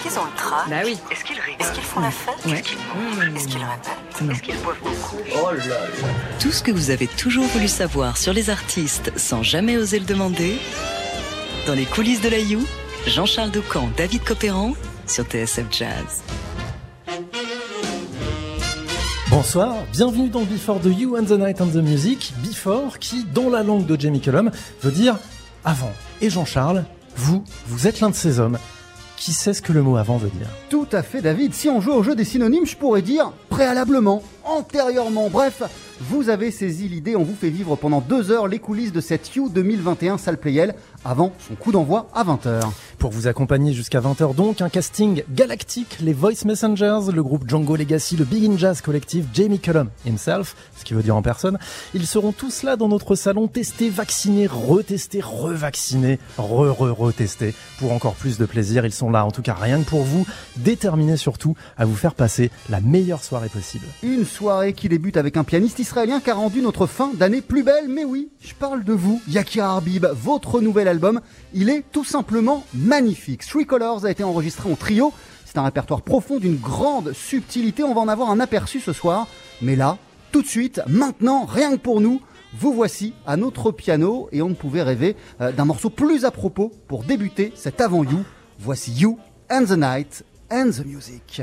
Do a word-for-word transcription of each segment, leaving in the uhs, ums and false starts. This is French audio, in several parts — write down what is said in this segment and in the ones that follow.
qu'ils ont le trac? Bah oui. Est-ce qu'ils rigolent? Est-ce qu'ils font la fête? Ouais. Est-ce qu'ils mangent? Mmh. Est-ce qu'ils répètent? Non. Est-ce qu'ils boivent beaucoup? Oh là là. Tout ce que vous avez toujours voulu savoir sur les artistes sans jamais oser le demander. Dans les coulisses de la You, Jean-Charles Doucan, David Copéran sur T S F Jazz. Bonsoir, bienvenue dans Before the You and the Night and the Music. Before qui, dans la langue de Jamie Cullum, veut dire avant. Et Jean-Charles, vous, vous êtes l'un de ces hommes qui sait ce que le mot avant veut dire. Tout à fait, David. Si on joue au jeu des synonymes, je pourrais dire préalablement, antérieurement. Bref, vous avez saisi l'idée. On vous fait vivre pendant deux heures les coulisses de cette You deux mille vingt et un Salle Playel avant son coup d'envoi à vingt heures. Pour vous accompagner jusqu'à vingt heures donc, un casting galactique, les Voice Messengers, le groupe Django Legacy, le Big in Jazz collectif, Jamie Cullum himself, ce qui veut dire en personne. Ils seront tous là dans notre salon, testés, vaccinés, retestés, revaccinés, re-re-retestés. Pour encore plus de plaisir, ils sont là en tout cas rien que pour vous, déterminés surtout à vous faire passer la meilleure soirée possible. Une soirée qui débute avec un pianiste israélien qui a rendu notre fin d'année plus belle. Mais oui, je parle de vous, Yakira Arbib, votre nouvel album. Il est tout simplement magnifique. Three Colors a été enregistré en trio. C'est un répertoire profond d'une grande subtilité. On va en avoir un aperçu ce soir. Mais là, tout de suite, maintenant, rien que pour nous, vous voici à notre piano. Et on ne pouvait rêver euh, d'un morceau plus à propos pour débuter cet avant You. Voici You and the Night and the Music.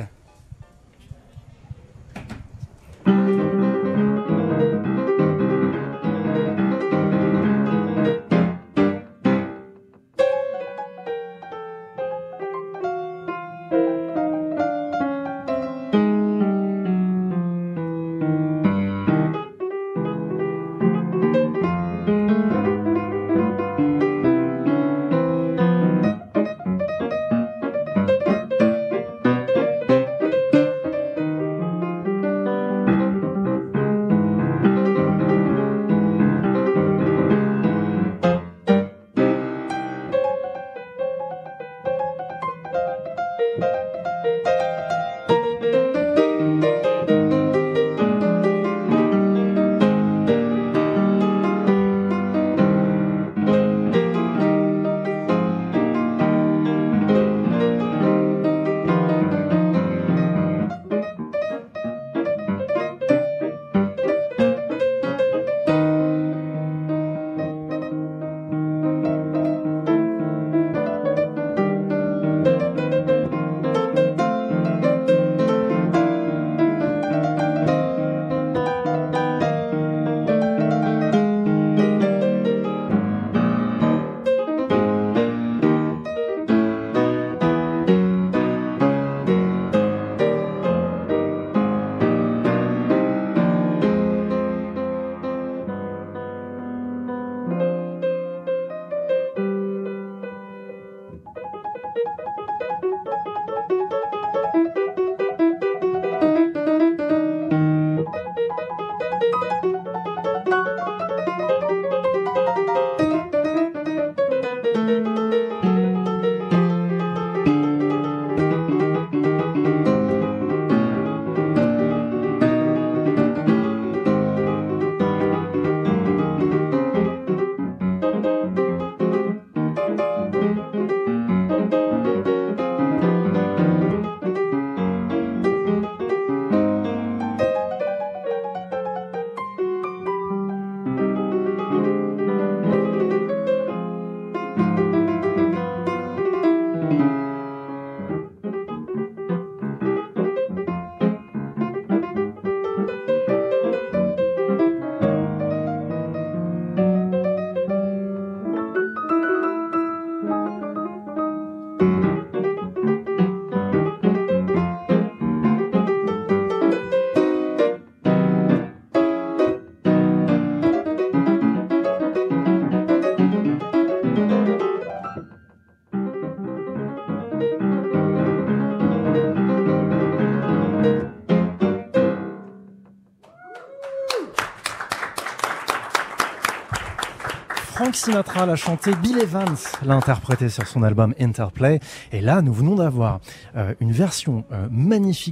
Frank Sinatra l'a chanté, Bill Evans l'a interprété sur son album Interplay. Et là, nous venons d'avoir euh, une version euh, magnifique de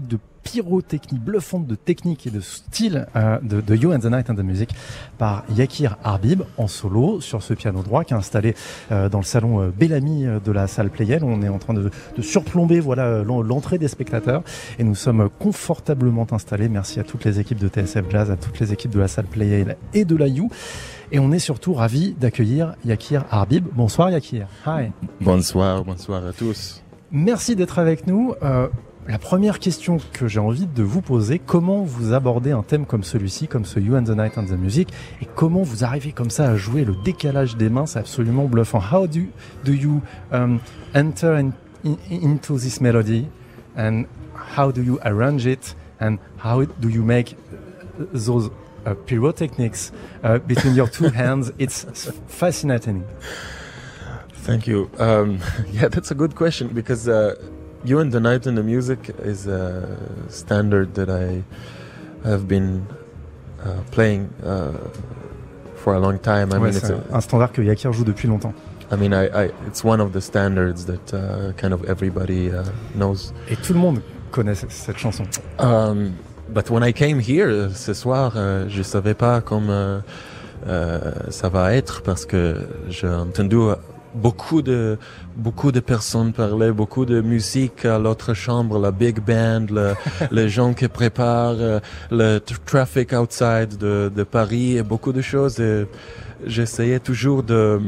pyrotechnie bluffante de technique et de style euh, de, de You and the Night and the Music par Yakir Arbib en solo sur ce piano droit qui est installé euh, dans le salon euh, Bellamy de la salle Playel. On est en train de, de surplomber voilà l'entrée des spectateurs et nous sommes confortablement installés. Merci à toutes les équipes de T S F Jazz, à toutes les équipes de la salle Playel et de la You. Et on est surtout ravis d'accueillir Yakir Arbib. Bonsoir Yakir. Hi. Bonsoir, bonsoir à tous. Merci d'être avec nous. Euh, la première question que j'ai envie de vous poser, comment vous abordez un thème comme celui-ci, comme ce You and the Night and the Music, et comment vous arrivez comme ça à jouer le décalage des mains, c'est absolument bluffant. How do, do you um, enter in, in, into this melody, and how do you arrange it, and how do you make those uh, pyrotechnics uh, between your two hands? It's fascinating. Thank you. Um, yeah, that's a good question because uh, You and the Night and the Music is a standard that I have been uh, playing uh, for a long time. I ouais, mean, it's c'est a, un standard que Yakir joue depuis longtemps. I mean, I, I, it's one of the standards that uh, kind of everybody uh, knows. Et tout le monde connaît cette chanson. Um, but when I came here ce soir, uh, je savais pas comment uh, ça va être parce que j'ai entendu beaucoup de beaucoup de personnes parler, beaucoup de musique à l'autre chambre, la big band, le, les gens qui préparent uh, le t- traffic outside de, de Paris et beaucoup de choses. Et j'essayais toujours de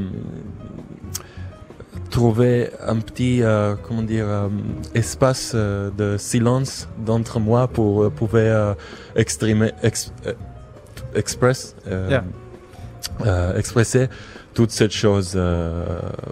trouver un petit euh, comment dire euh, espace euh, de silence d'entre moi pour euh, pouvoir euh, exprimer ex, euh, express euh, yeah. euh, expresser toute cette chose euh,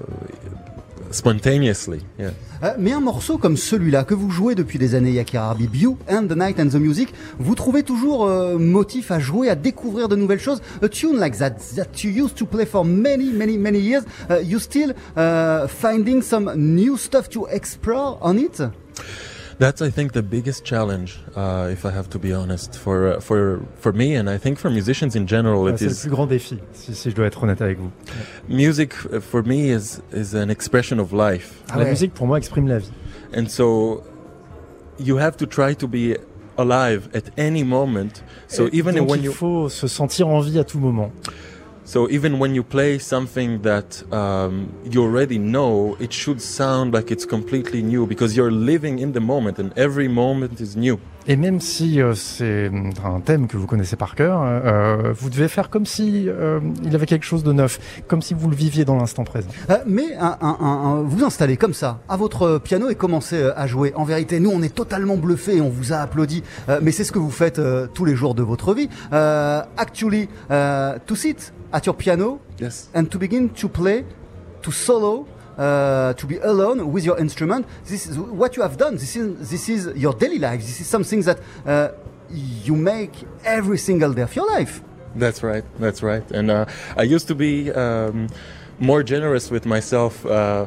spontaneously. Yeah. Euh, mais un morceau comme celui-là que vous jouez depuis des années, Yakir Arbib, You and the Night and the Music, vous trouvez toujours euh, motif à jouer, à découvrir de nouvelles choses. A tune like that that you used to play for many, many, many years, uh, you still uh, finding some new stuff to explore on it? That's, I think, the biggest challenge, uh, if I have to be honest, for uh, for for me, and I think for musicians in general. Ouais, it c'est is le plus grand défi, si, si je dois être honnête avec vous. music uh, for me is is an expression of life. Ah, la ouais. musique, pour moi, exprime la vie. And so you have to try to be alive at any moment. So Et even donc when il you faut se sentir en vie à tout moment. so even when you play something that um, you already know, it should sound like it's completely new because you're living in the moment and every moment is new. Et même si euh, c'est un thème que vous connaissez par cœur, euh, vous devez faire comme si euh, il avait quelque chose de neuf, comme si vous le viviez dans l'instant présent. Euh, mais un, un, un, un, vous installez comme ça à votre piano et commencez à jouer. En vérité, nous, on est totalement bluffés et on vous a applaudi. Euh, mais c'est ce que vous faites euh, tous les jours de votre vie. Euh, actually, uh, to sit at your piano Yes. and to begin to play, to solo. Uh, to be alone with your instrument. This is what you have done. This is this is your daily life. This is something that uh, you make every single day of your life. That's right. That's right. And uh, I used to be um, more generous with myself. Uh,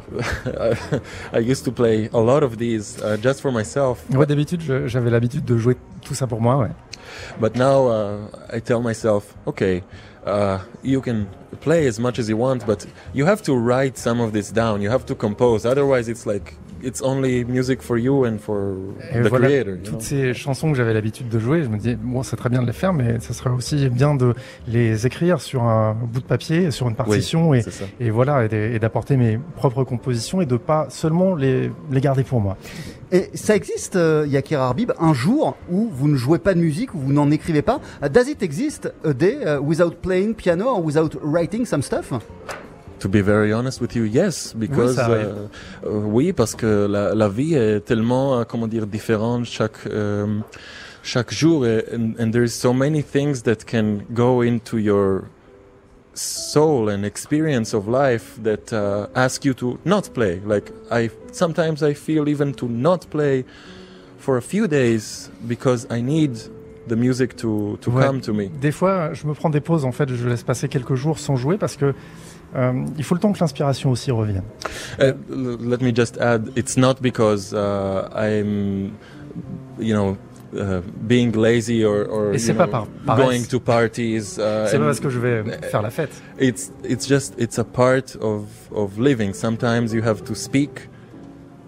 I used to play a lot of these uh, just for myself. Ouais, d'habitude, je, j'avais l'habitude de jouer tout ça pour moi, ouais. But now uh, I tell myself, okay, uh, you can play as much as you want, but you have to write some of this down. You have to compose. Otherwise, it's like it's only music for you and for Et the voilà, creator. You toutes know? ces chansons que j'avais l'habitude de jouer, je me disais, bon, c'est très bien de les faire, mais ce serait aussi bien de les écrire sur un bout de papier, sur une partition, Oui, et, c'est ça. et voilà, et, et d'apporter mes propres compositions et de pas seulement les, les garder pour moi. Et ça existe, euh, Yakir Arbib, un jour où vous ne jouez pas de musique, où vous n'en écrivez pas. Uh, does it exist a day uh, without playing piano or without writing some stuff? To be very honest with you, yes, because Oui, ça arrive. euh, euh, oui, parce que la, la vie est tellement, euh, comment dire, différente chaque euh, chaque jour, et, and, and there's so many things that can go into your soul and experience of life that uh, ask you to not play. Like I sometimes I feel even to not play for a few days because I need the music to to Ouais. come to me. Des fois, je me prends des pauses, en fait, je laisse passer quelques jours sans jouer parce que euh, il faut le temps que l'inspiration aussi revienne. Uh, l- let me just add, it's not because uh, I'm, you know, uh, being lazy or, or Et c'est you pas know, par paresse. going to parties. Uh, C'est pas and parce que je vais faire la fête. It's it's just it's a part of of living. Sometimes you have to speak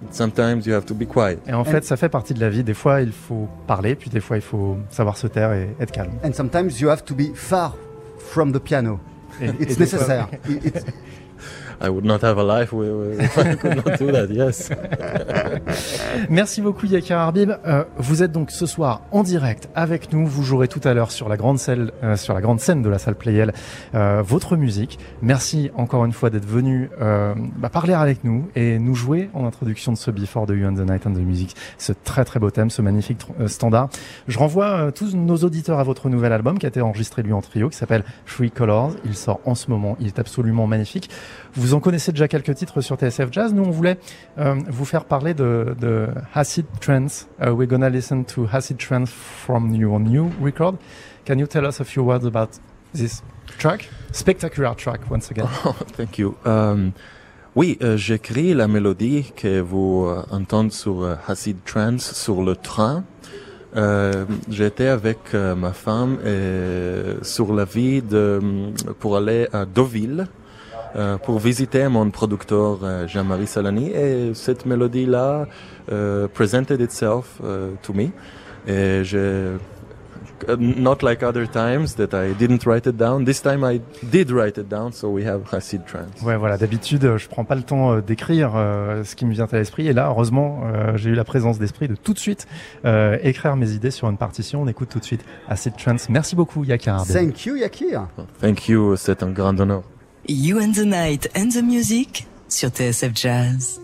sometimes you have to be quiet. Et en fait, ça fait partie de la vie. Des fois, il faut parler, puis des fois, il faut savoir se taire et être calme. And sometimes you have to be far from the piano. Et, It's et des fois- necessary. It's- I would not have a life if I could not do that, yes. Merci beaucoup Yakir Arbib. Euh, vous êtes donc ce soir en direct avec nous. Vous jouerez tout à l'heure sur la grande scène, euh, sur la grande scène de la salle Playel euh, votre musique. Merci encore une fois d'être venu euh, bah, parler avec nous et nous jouer en introduction de ce Before the You and the Night and the Music, ce très très beau thème, ce magnifique euh, standard. Je renvoie euh, tous nos auditeurs à votre nouvel album qui a été enregistré lui en trio, qui s'appelle Three Colors. Il sort en ce moment. Il est absolument magnifique. Vous en connaissez déjà quelques titres sur T S F Jazz. Nous, on voulait euh, vous faire parler de, de Acid Trance. Uh, we're gonna listen to Acid Trance from your new record. Can you tell us a few words about this track? Spectacular track, once again. Oh, thank you. Um, oui, euh, j'écris la mélodie que vous euh, entendez sur euh, Acid Trance sur le train. Euh, j'étais avec euh, ma femme et, sur la vie de, pour aller à Deauville. Euh, pour visiter mon producteur euh, Jean-Marie Salani, et cette mélodie-là euh, presented itself uh, to me. Et je, not like other times that I didn't write it down. This time I did write it down, so we have Acid Trance. Ouais, voilà. D'habitude, je prends pas le temps euh, d'écrire euh, ce qui me vient à l'esprit, et là, heureusement, euh, j'ai eu la présence d'esprit de tout de suite euh, écrire mes idées sur une partition. On écoute tout de suite Acid Trance. Merci beaucoup, Yakir Arbib. Thank you, Yakir. Thank you, c'est un grand honneur. You and the Night and the Music sur T S F Jazz.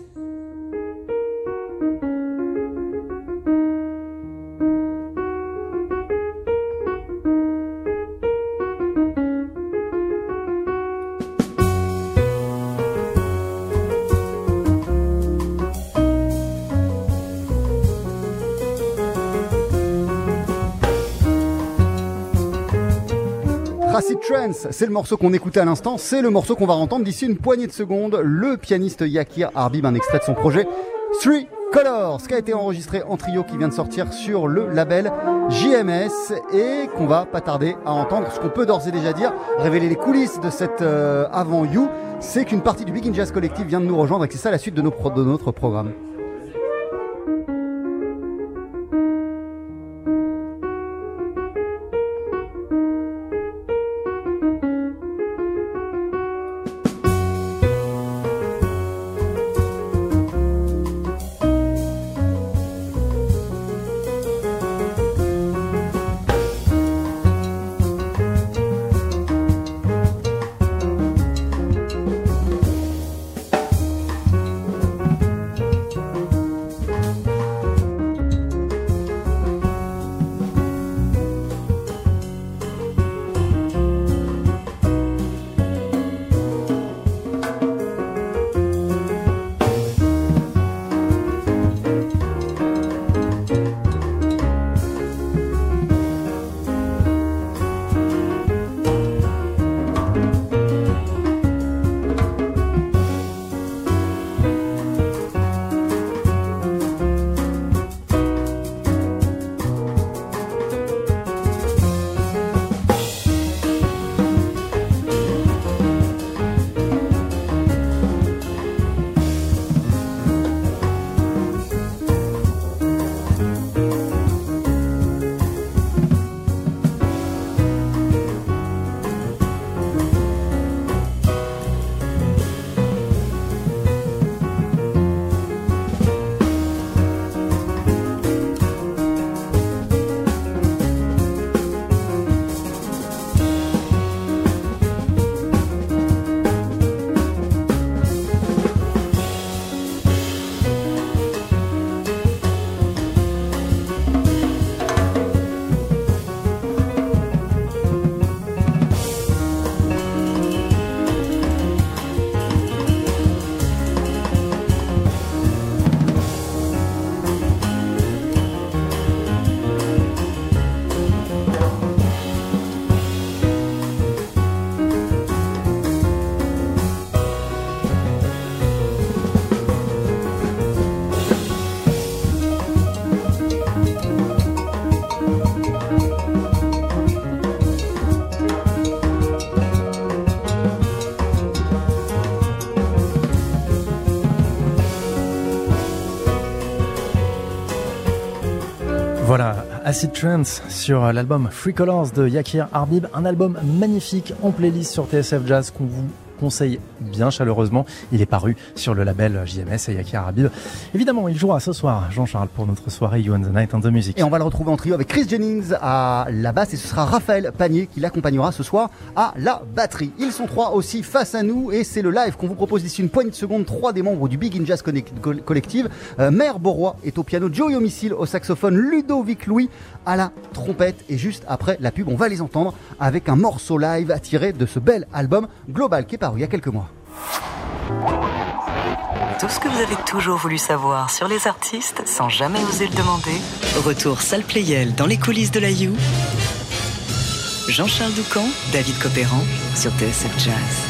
Acid Trance, c'est le morceau qu'on écoutait à l'instant, c'est le morceau qu'on va entendre d'ici une poignée de secondes. Le pianiste Yakir Arbib, un extrait de son projet Three Colors, qui a été enregistré en trio, qui vient de sortir sur le label J M S et qu'on va pas tarder à entendre. Ce qu'on peut d'ores et déjà dire, révéler les coulisses de cette euh, Avant You, c'est qu'une partie du Big In Jazz Collective vient de nous rejoindre et que c'est ça la suite de, nos pro- de notre programme. Voilà, Acid Trance sur l'album Free Colors de Yakir Arbib, un album magnifique en playlist sur T S F Jazz qu'on vous conseille bien chaleureusement. Il est paru sur le label J M S et Yakir Arbib. Évidemment, il jouera ce soir, Jean-Charles, pour notre soirée You and the Night and the Music. Et on va le retrouver en trio avec Chris Jennings à la basse et ce sera Raphaël Panier qui l'accompagnera ce soir à la batterie. Ils sont trois aussi face à nous et c'est le live qu'on vous propose d'ici une poignée de secondes. Trois des membres du Big In Jazz Collective. Euh, Mère Borois est au piano, Joey Homicile au saxophone, Ludovic Louis à la trompette. Et juste après la pub, on va les entendre avec un morceau live tiré de ce bel album Global qui est paru il y a quelques mois. Tout ce que vous avez toujours voulu savoir sur les artistes sans jamais oser le demander. Retour salle Playel dans les coulisses de la You. Jean-Charles Doucan, David Copéran sur T S F Jazz.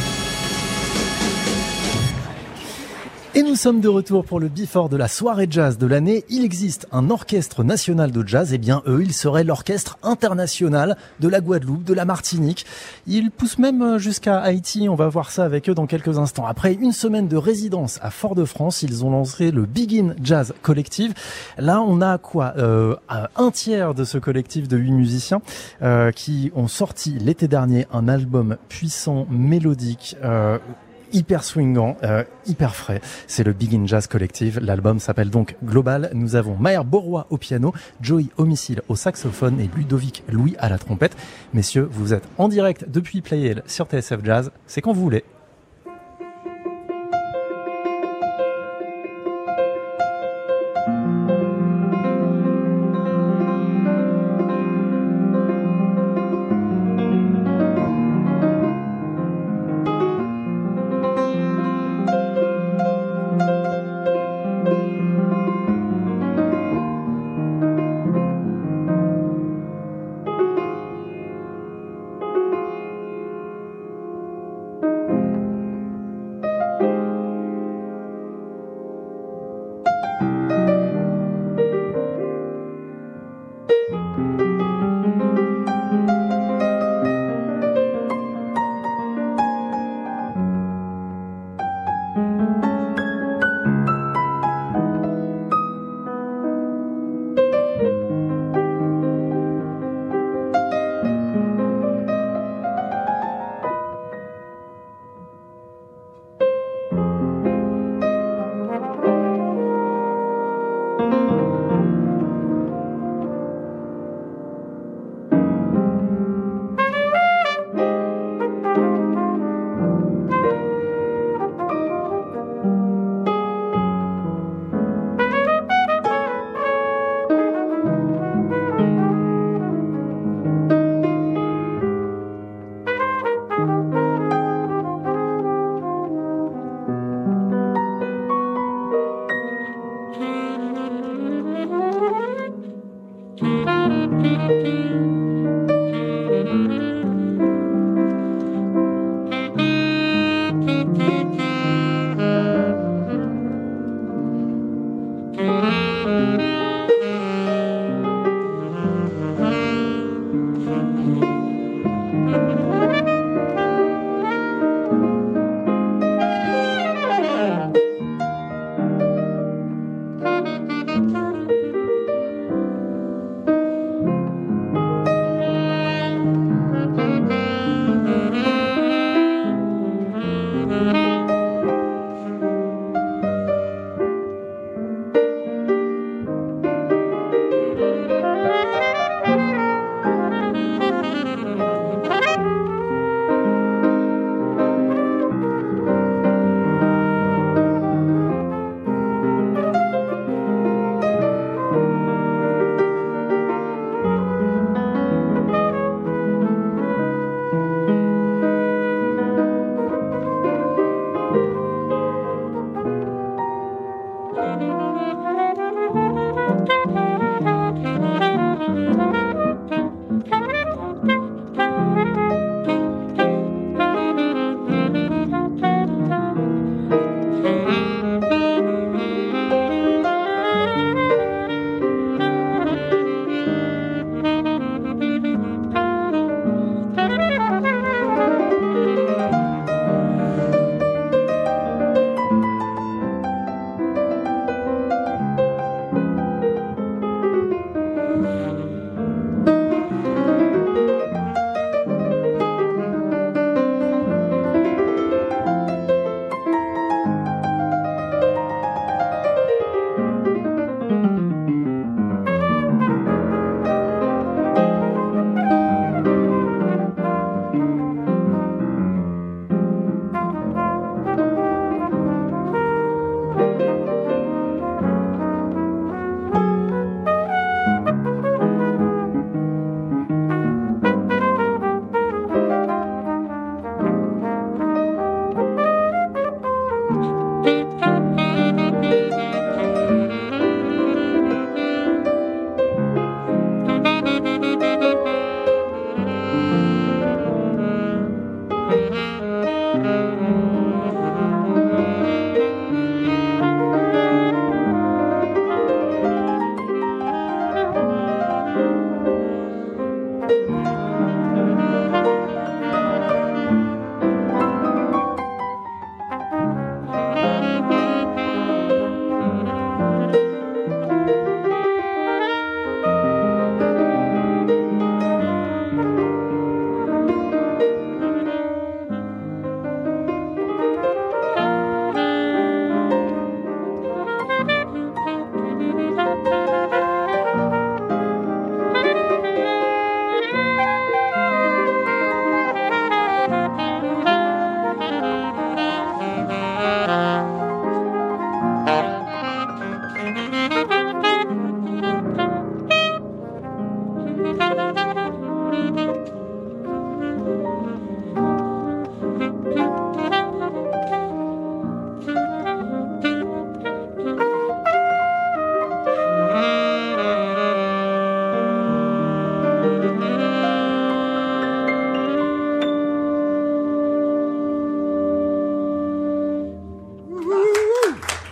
Et nous sommes de retour pour le before de la soirée jazz de l'année. Il existe un orchestre national de jazz. Et bien eux, ils seraient l'orchestre international de la Guadeloupe, de la Martinique. Ils poussent même jusqu'à Haïti. On va voir ça avec eux dans quelques instants. Après une semaine de résidence à Fort-de-France, ils ont lancé le Big In Jazz Collective. Là, on a quoi euh, un tiers de ce collectif de huit musiciens euh, qui ont sorti l'été dernier un album puissant, mélodique, euh, hyper swingant, euh, hyper frais. C'est le Big In Jazz Collective. L'album s'appelle donc Global. Nous avons Maher Borois au piano, Joey Homicile au saxophone et Ludovic Louis à la trompette. Messieurs, vous êtes en direct depuis Playel sur T S F Jazz. C'est quand vous voulez. Thank you.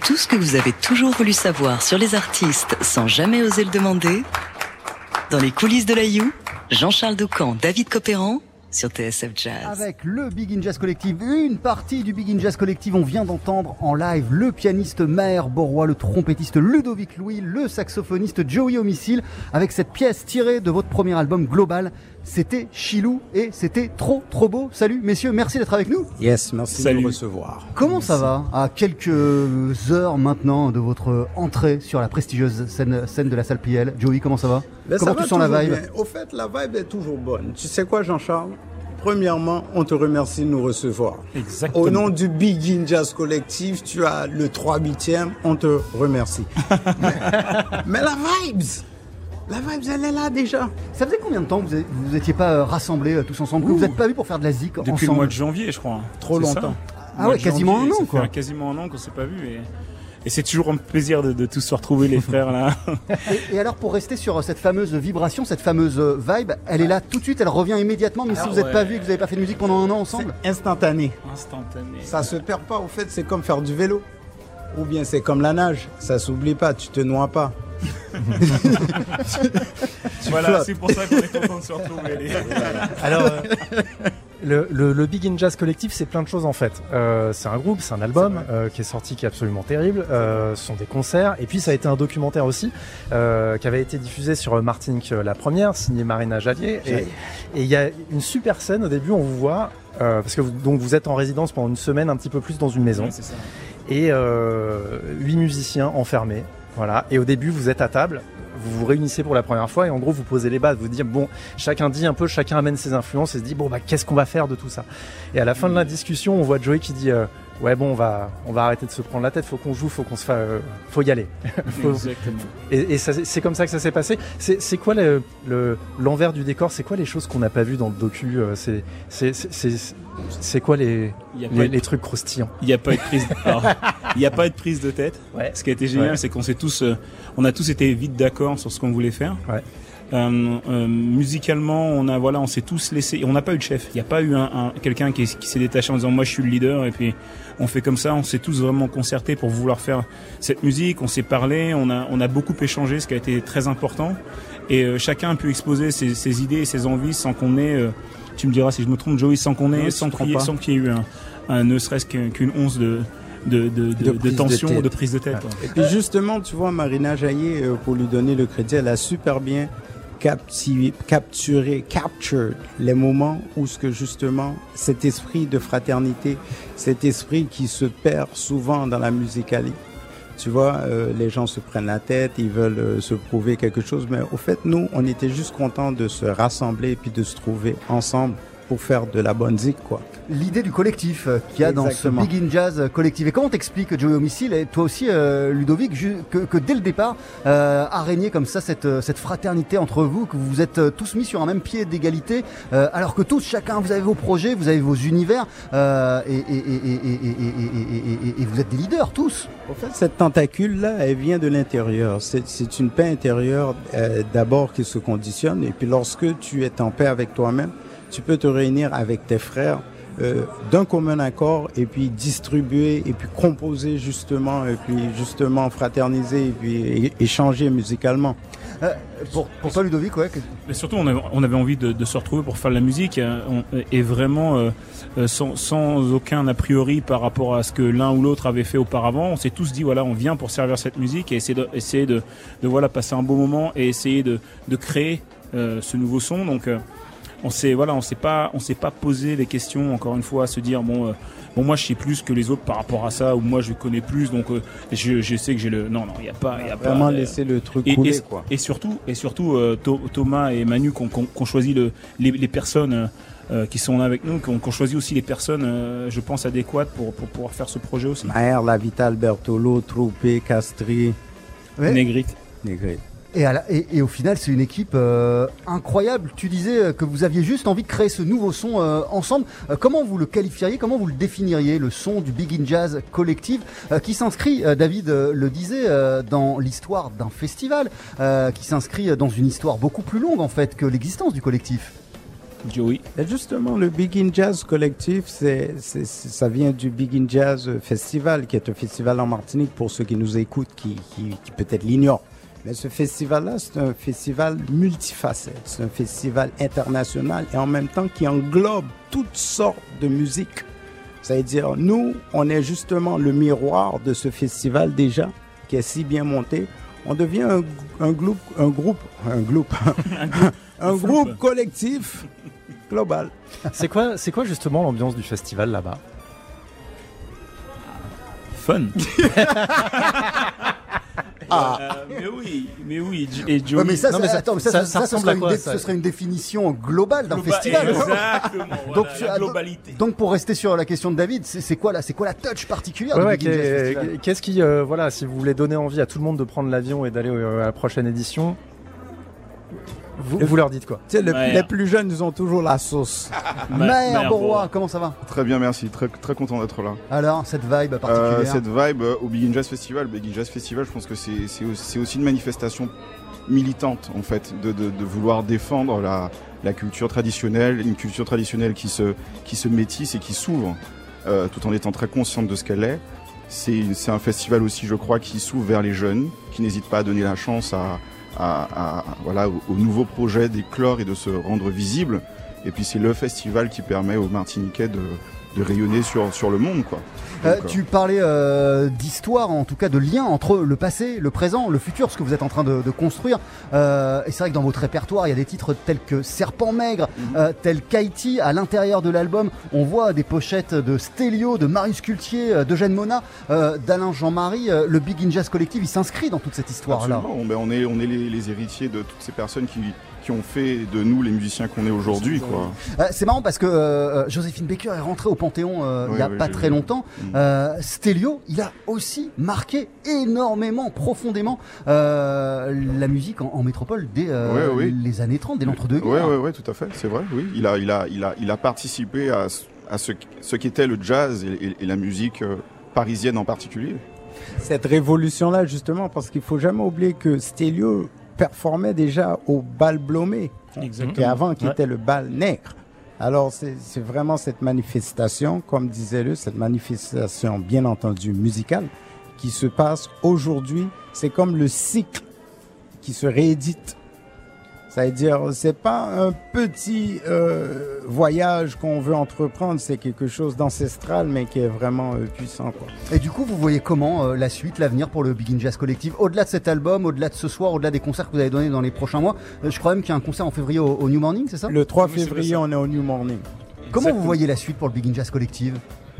Tout ce que vous avez toujours voulu savoir sur les artistes sans jamais oser le demander. Dans les coulisses de la You, Jean-Charles Doucan, David Copéran, sur T S F Jazz. Avec le Big In Jazz Collective, une partie du Big In Jazz Collective, on vient d'entendre en live le pianiste Maher Borois, le trompettiste Ludovic Louis, le saxophoniste Joey Homicile, avec cette pièce tirée de votre premier album Global. C'était Chilou et c'était trop trop beau. Salut messieurs, merci d'être avec nous. Yes, merci Salut. de nous recevoir. Comment Merci. ça va à quelques heures maintenant de votre entrée sur la prestigieuse scène, scène de la salle P L? Joey, comment ça va? Ben, Comment ça va tu sens la toujours vibe? bien. Au fait, la vibe est toujours bonne. Tu sais quoi, Jean-Charles? Premièrement, on te remercie de nous recevoir. Exactement. Au nom du Big In Jazz Collective, tu as le trois huitième, on te remercie. mais, mais la vibes, la vibes, elle est là déjà. Ça faisait combien de temps que vous vous étiez pas euh, rassemblés euh, tous ensemble, que vous n'êtes pas vus pour faire de la zik Depuis ensemble? le mois de janvier, je crois. Trop C'est longtemps. ça. Ah Mois ouais, de quasiment janvier, un an, ça quoi. fait quasiment un an qu'on s'est pas vu et, et c'est toujours un plaisir de, de tous se retrouver les frères là. Et, et alors pour rester sur cette fameuse vibration, cette fameuse vibe, elle est là tout de suite, elle revient immédiatement, même Ah si vous n'êtes ouais. pas vus et que vous n'avez pas fait de musique pendant un an ensemble. C'est instantané. Instantané. Ça se perd pas. Au fait, c'est comme faire du vélo. Ou bien c'est comme la nage. Ça s'oublie pas, tu te noies pas. Voilà, flottes. c'est pour ça qu'on est content de se retrouver. Les... Alors, euh, le, le, le Big In Jazz Collective, c'est plein de choses en fait. Euh, c'est un groupe, c'est un album euh, qui est sorti, qui est absolument terrible. Euh, ce sont des concerts, et puis ça a été un documentaire aussi euh, qui avait été diffusé sur Martinique euh, la première, signé Marina Jallier. Et et il y a une super scène au début, on vous voit euh, parce que vous, donc vous êtes en résidence pendant une semaine, un petit peu plus dans une maison, Ouais, c'est ça. et euh, huit musiciens enfermés. Voilà. Et au début, vous êtes à table. Vous vous réunissez pour la première fois et en gros vous posez les bases, vous dites bon, chacun dit un peu, chacun amène ses influences et se dit bon bah qu'est-ce qu'on va faire de tout ça. Et à la fin de la discussion, on voit Joey qui dit euh, ouais bon on va on va arrêter de se prendre la tête, faut qu'on joue, faut qu'on se fa... euh, faut y aller. Faut- Exactement. Et, et ça, c'est comme ça que ça s'est passé. C'est c'est quoi le le- l'envers du décor? C'est quoi les choses qu'on n'a pas vues dans le docu? euh, C'est c'est c'est c'est- c'est quoi les Il y a pas les, de- les trucs croustillants? Il n'y a pas eu de prise. Alors, il n'y a pas eu de prise de tête. Ouais. Ce qui a été génial, Ouais. c'est qu'on s'est tous, euh, on a tous été vite d'accord sur ce qu'on voulait faire. Ouais. Euh, euh, musicalement, on a voilà, on s'est tous laissé. On n'a pas eu de chef. Il n'y a pas eu un, un- quelqu'un qui, qui s'est détaché en disant moi je suis le leader et puis on fait comme ça. On s'est tous vraiment concertés pour vouloir faire cette musique. On s'est parlé. On a on a beaucoup échangé, ce qui a été très important. Et euh, chacun a pu exposer ses, ses idées et ses envies sans qu'on ait. Euh, tu me diras si je me trompe, Joey, sans qu'on Non, ait, tu sans te qu'il y ait, trompes pas. sans qu'il y ait eu un, un ne serait-ce qu'une qu'une once de de, de, de, De de prise de tension, tête. de prise de tête. Ouais. quoi. Et puis justement, tu vois, Marina Jaillet, euh, pour lui donner le crédit, elle a super bien capti- capturé, captured les moments où ce que justement cet esprit de fraternité, cet esprit qui se perd souvent dans la musicalité. Tu vois, euh, les gens se prennent la tête, ils veulent euh, se prouver quelque chose, mais au fait, nous, on était juste contents de se rassembler et puis de se trouver ensemble pour faire de la bonne zik, quoi. L'idée du collectif euh, qu'il y a dans ce Exactement. Big In Jazz Collective. Et comment t'expliques, Joey Homicile, et toi aussi, euh, Ludovic, ju- que, que dès le départ euh, a régné comme ça cette, euh, cette fraternité entre vous, que vous vous êtes euh, tous mis sur un même pied d'égalité, euh, alors que tous, chacun, vous avez vos projets, vous avez vos univers, euh, et, et, et, et, et, et, et, et- et vous êtes des leaders tous. En fait, cette tentacule-là, elle vient de l'intérieur. C'est, c'est une paix intérieure euh, d'abord qui se conditionne. Et puis lorsque tu es en paix avec toi-même, tu peux te réunir avec tes frères euh, d'un commun accord et puis distribuer et puis composer justement et puis justement fraterniser et puis é- échanger musicalement. Euh, pour, pour toi, Ludovic, ouais. que- Mais surtout, on avait, on avait envie de, de se retrouver pour faire de la musique euh, on- et vraiment euh, euh, sans, sans aucun a priori par rapport à ce que l'un ou l'autre avait fait auparavant. On s'est tous dit voilà, on vient pour servir cette musique et essayer de, essayer de, de voilà passer un beau moment et essayer de, de créer euh, ce nouveau son. Donc euh, on s'est voilà, on s'est pas, on s'est pas posé les questions encore une fois à se dire bon. Euh, Bon, moi, je sais plus que les autres par rapport à ça, ou moi, je connais plus, donc euh, je, je sais que j'ai le. Non, non, il y a pas, il y a pas. Vraiment euh, laisser le truc et, couler, et, quoi. et surtout, et surtout euh, Tho- Thomas et Manu qui ont, qui ont- qui ont choisi le, les, les personnes euh, qui sont là avec nous, qui ont, qui ont choisi aussi les personnes, euh, je pense, adéquates pour, pour pouvoir faire ce projet aussi. Maher, Lavital, Bertolo, Troupé, Castri, Ouais. Négrite. Négré. Et, à la- et, et au final, c'est une équipe euh, incroyable. Tu disais euh, que vous aviez juste envie de créer ce nouveau son euh, ensemble. Euh, comment vous le qualifieriez, comment vous le définiriez, le son du Big In Jazz Collective, euh, qui s'inscrit, euh, David euh, le disait, euh, dans l'histoire d'un festival, euh, qui s'inscrit dans une histoire beaucoup plus longue en fait que l'existence du collectif. Joey. Et justement, le Big In Jazz collectif, c'est, c'est, c'est- ça vient du Big In Jazz Festival, qui est un festival en Martinique pour ceux qui nous écoutent, qui, qui, qui peut-être l'ignorent. Mais ce festival-là, c'est un festival multifacette. C'est un festival international et en même temps qui englobe toutes sortes de musique. C'est-à-dire, nous, on est justement le miroir de ce festival déjà, qui est si bien monté. On devient un, un groupe, un groupe, un groupe, un groupe collectif global. C'est quoi, c'est quoi justement l'ambiance du festival là-bas? Fun. Ah. Euh, mais oui, mais oui. Et Joey. Ouais, mais ça, Non, ça, mais ça- attends, mais ça, ça- ça, ça ça, ce, ressemble serait à une quoi, dé- ça ce serait une définition globale d'un Globa- festival. Exactement. Donc, Donc, tu la as- globalité. Donc pour rester sur la question de David, c'est c'est quoi la, c'est quoi la touch particulière Ouais, du ouais, Big In Jazz qu'est- Festival? Qu'est-ce qui, euh, voilà, si vous voulez donner envie à tout le monde de prendre l'avion et d'aller euh, à la prochaine édition, vous, Le- vous leur dites quoi? Tu sais, le- Ouais. les plus jeunes, ils ont toujours la sauce. Maher Maher Borois, Borois. comment ça va? Très bien, merci. Très, très content d'être là. Alors, cette vibe particulière. Euh, cette vibe euh, au Big In Jazz Festival, Big In Jazz Festival, je pense que c'est c'est aussi, c'est aussi une manifestation militante, en fait, de, de, de vouloir défendre la, la culture traditionnelle, une culture traditionnelle qui se, qui se métisse et qui s'ouvre, euh, tout en étant très consciente de ce qu'elle est. C'est c'est un festival aussi, je crois, qui s'ouvre vers les jeunes, qui n'hésite pas à donner la chance à, à, à- voilà, aux, aux nouveaux projets d'éclore et de se rendre visible. Et puis c'est le festival qui permet aux Martiniquais de, de rayonner sur, sur le monde, quoi. Euh, Donc, euh, tu parlais euh, d'histoire, en tout cas de lien entre le passé, le présent, le futur, ce que vous êtes en train de, de construire. Euh, et c'est vrai que dans votre répertoire, il y a des titres tels que Serpent Maigre, euh, tels qu'Haïti. À l'intérieur de l'album, on voit des pochettes de Stélio, de Marius Cultier, euh, d'Eugène Mona, euh, d'Alain Jean-Marie. Euh, le Big In Jazz Collective, il s'inscrit dans toute cette histoire-là. Absolument. Ben, on est, on est les, les héritiers de toutes ces personnes qui, qui ont fait de nous les musiciens qu'on est aujourd'hui, quoi. Euh, c'est marrant parce que euh, Joséphine Baker est rentrée au Panthéon euh, il Ouais, y a ouais, pas j'ai très vu. longtemps. Mm. Euh, Stélio, il a aussi marqué énormément, profondément euh, la musique en, en métropole dès euh, Ouais, ouais. les années trente, dès l'entre-deux-guerres. Ouais, ouais, ouais, tout à fait, c'est vrai, oui. Il a, il a, il a, il a participé à, ce- à ce, ce qu'était le jazz et, et- et la musique euh, parisienne en particulier. Cette révolution-là, justement, parce qu'il faut jamais oublier que Stélio performait déjà au bal Blomé, Exactement. et avant qui Ouais. était le bal nègre. Alors c'est c'est vraiment cette manifestation, comme disait le, cette manifestation bien entendu musicale, qui se passe aujourd'hui. C'est comme le cycle qui se réédite. C'est-à-dire, c'est pas un petit euh, voyage qu'on veut entreprendre, c'est quelque chose d'ancestral, mais qui est vraiment euh, puissant, quoi. Et du coup, vous voyez comment euh, la suite, l'avenir pour le Big In Jazz Collective, au-delà de cet album, au-delà de ce soir, au-delà des concerts que vous allez donner dans les prochains mois. Euh, je crois même qu'il y a un concert en février au, au New Morning, c'est ça? Le trois Oui, c'est février, ça. on est au New Morning. Comment Exactement. vous voyez la suite pour le Big In Jazz Collective?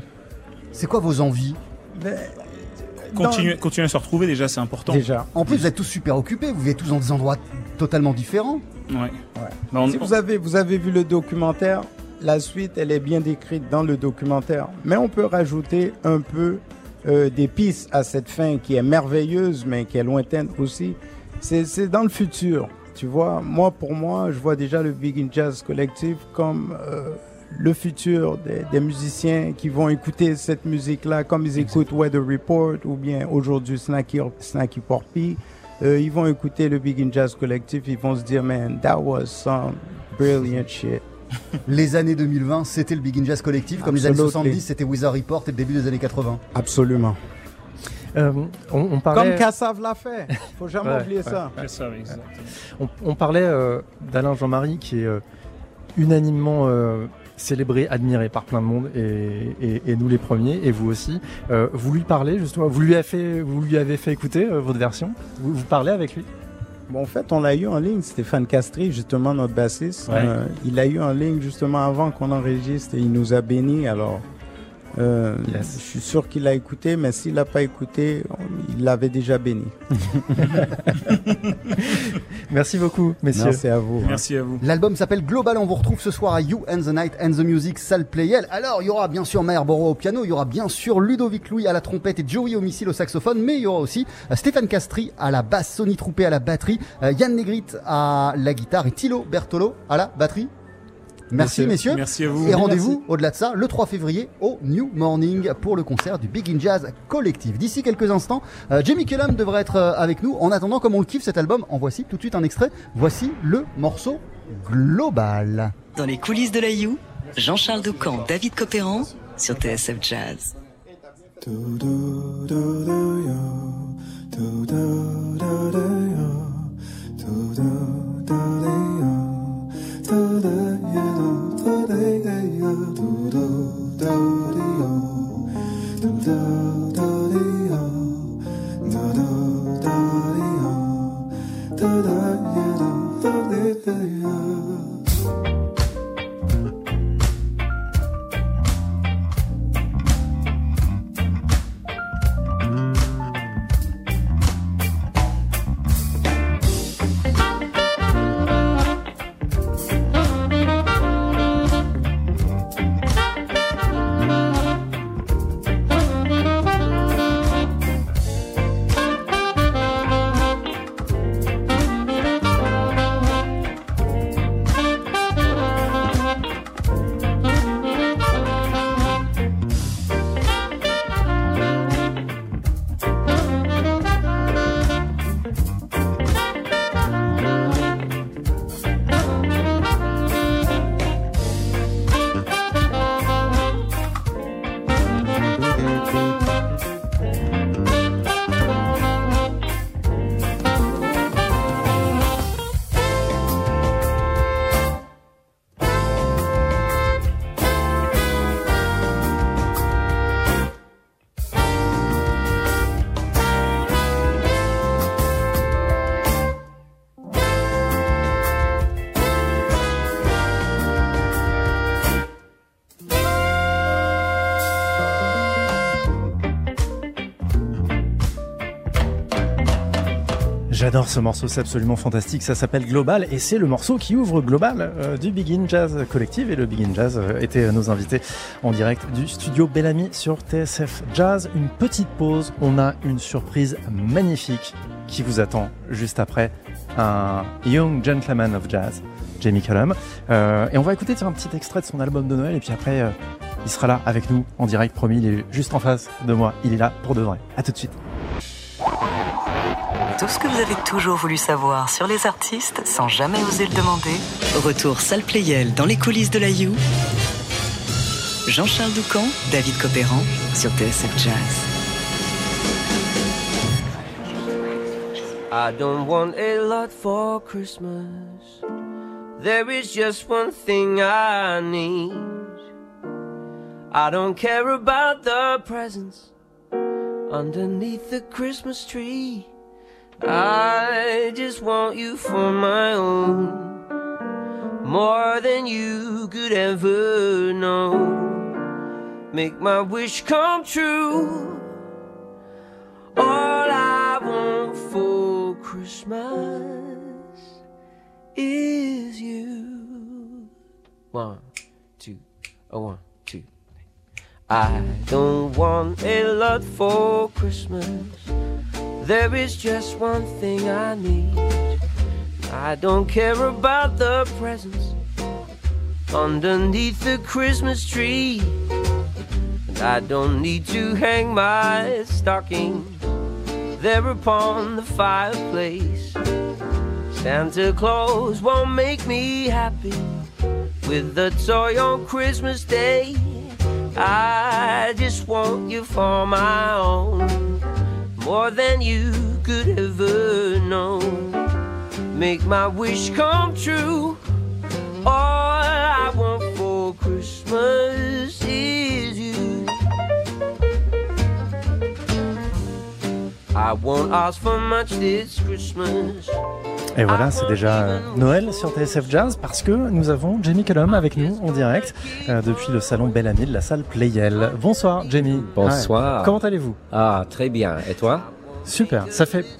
C'est quoi vos envies? Ben, Continuer, continuer à se retrouver, déjà, c'est important. Déjà. En plus, vous êtes tous super occupés, vous vivez tous dans des endroits totalement différents. Ouais. Bah, on- Si vous avez, vous avez vu le documentaire, la suite, elle est bien décrite dans le documentaire. Mais on peut rajouter un peu euh, des pistes à cette fin qui est merveilleuse, mais qui est lointaine aussi. C'est c'est dans le futur. Tu vois, moi, pour moi, je vois déjà le Big In Jazz Collective comme euh, le futur des, des musiciens qui vont écouter cette musique-là comme ils écoutent Weather Report ou bien aujourd'hui Snacky, Snacky Porpy. Euh, ils vont écouter le Big In Jazz Collective, ils vont se dire, man, that was some brilliant shit. Les années deux mille vingt, c'était le Big In Jazz Collective, comme les années Absolutely. soixante-dix, c'était Weather Report et le début des années quatre-vingts. Absolument. Euh, on, on parlait, Comme Kassav l'a fait. Faut jamais Ouais, oublier ouais. ça. C'est ça, exactement. on, on parlait euh, d'Alain Jean-Marie qui est euh, unanimement euh, célébré, admiré par plein de monde et, et, et nous les premiers et vous aussi. Euh, vous lui parlez justement, vous lui avez fait, vous lui avez fait écouter euh, votre version. Vous, vous parlez avec lui. Bon, en fait, on l'a eu en ligne, Stéphane Castry, justement, notre bassiste. Ouais. Euh, il l'a eu en ligne justement avant qu'on enregistre et il nous a bénis. Alors, euh, Yes. je suis sûr qu'il l'a écouté, mais s'il l'a pas écouté, on- il l'avait déjà béni. Merci beaucoup, messieurs. Merci à vous. Merci à vous. L'album s'appelle Global, on vous retrouve ce soir à You and the Night and the Music, salle Playel. Alors, il y aura bien sûr Maher Borough au piano, il y aura bien sûr Ludovic Louis à la trompette et Joey au missile au saxophone, mais il y aura aussi euh, Stéphane Castry à la basse, Sonny Troupé à la batterie, euh, Yann Negrit à la guitare et Thilo Bertolo à la batterie. Merci, messieurs. Merci à vous. Et rendez-vous, au-delà de ça, le trois février au New Morning pour le concert du Big in Jazz Collective. D'ici quelques instants, euh, Jamie Cullum devrait être euh, avec nous. En attendant, comme on le kiffe cet album, en voici tout de suite un extrait. Voici le morceau Global. Dans les coulisses de la You, Jean-Charles Doucan, David Copéran sur T S F Jazz. J'adore ce morceau, c'est absolument fantastique, ça s'appelle Global et c'est le morceau qui ouvre Global euh, du Big in Jazz Collective et le Big in Jazz euh, était nos invités en direct du studio Bellamy sur T S F Jazz. Une petite pause, on a une surprise magnifique qui vous attend juste après, un Young Gentleman of Jazz, Jamie Cullum. Euh, et on va écouter tiens, un petit extrait de son album de Noël et puis après euh, il sera là avec nous en direct, promis, il est juste en face de moi, il est là pour de vrai. À tout de suite. Tout ce que vous avez toujours voulu savoir sur les artistes sans jamais oser le demander. Retour salle Playel dans les coulisses de la You. Jean-Charles Doucan, David Copéran sur T S F Jazz. I don't want a lot for Christmas. There is just one thing I need. I don't care about the presents underneath the Christmas tree. I just want you for my own, more than you could ever know. Make my wish come true. All I want for Christmas is you. One, two, oh, one, two. I don't want a lot for Christmas. There is just one thing I need. I don't care about the presents underneath the Christmas tree. And I don't need to hang my stocking there upon the fireplace. Santa Claus won't make me happy with a toy on Christmas Day. I just want you for my own, more than you could ever know. Make my wish come true. All I want for Christmas is you. I won't ask for much this Christmas. Et voilà, c'est déjà Noël sur T S F Jazz parce que nous avons Jamie Cullum avec nous en direct euh, depuis le salon Bellamy de la salle Playel. Bonsoir Jamie. Bonsoir. Ah, comment allez-vous? Ah, très bien. Et toi? Super. Ça fait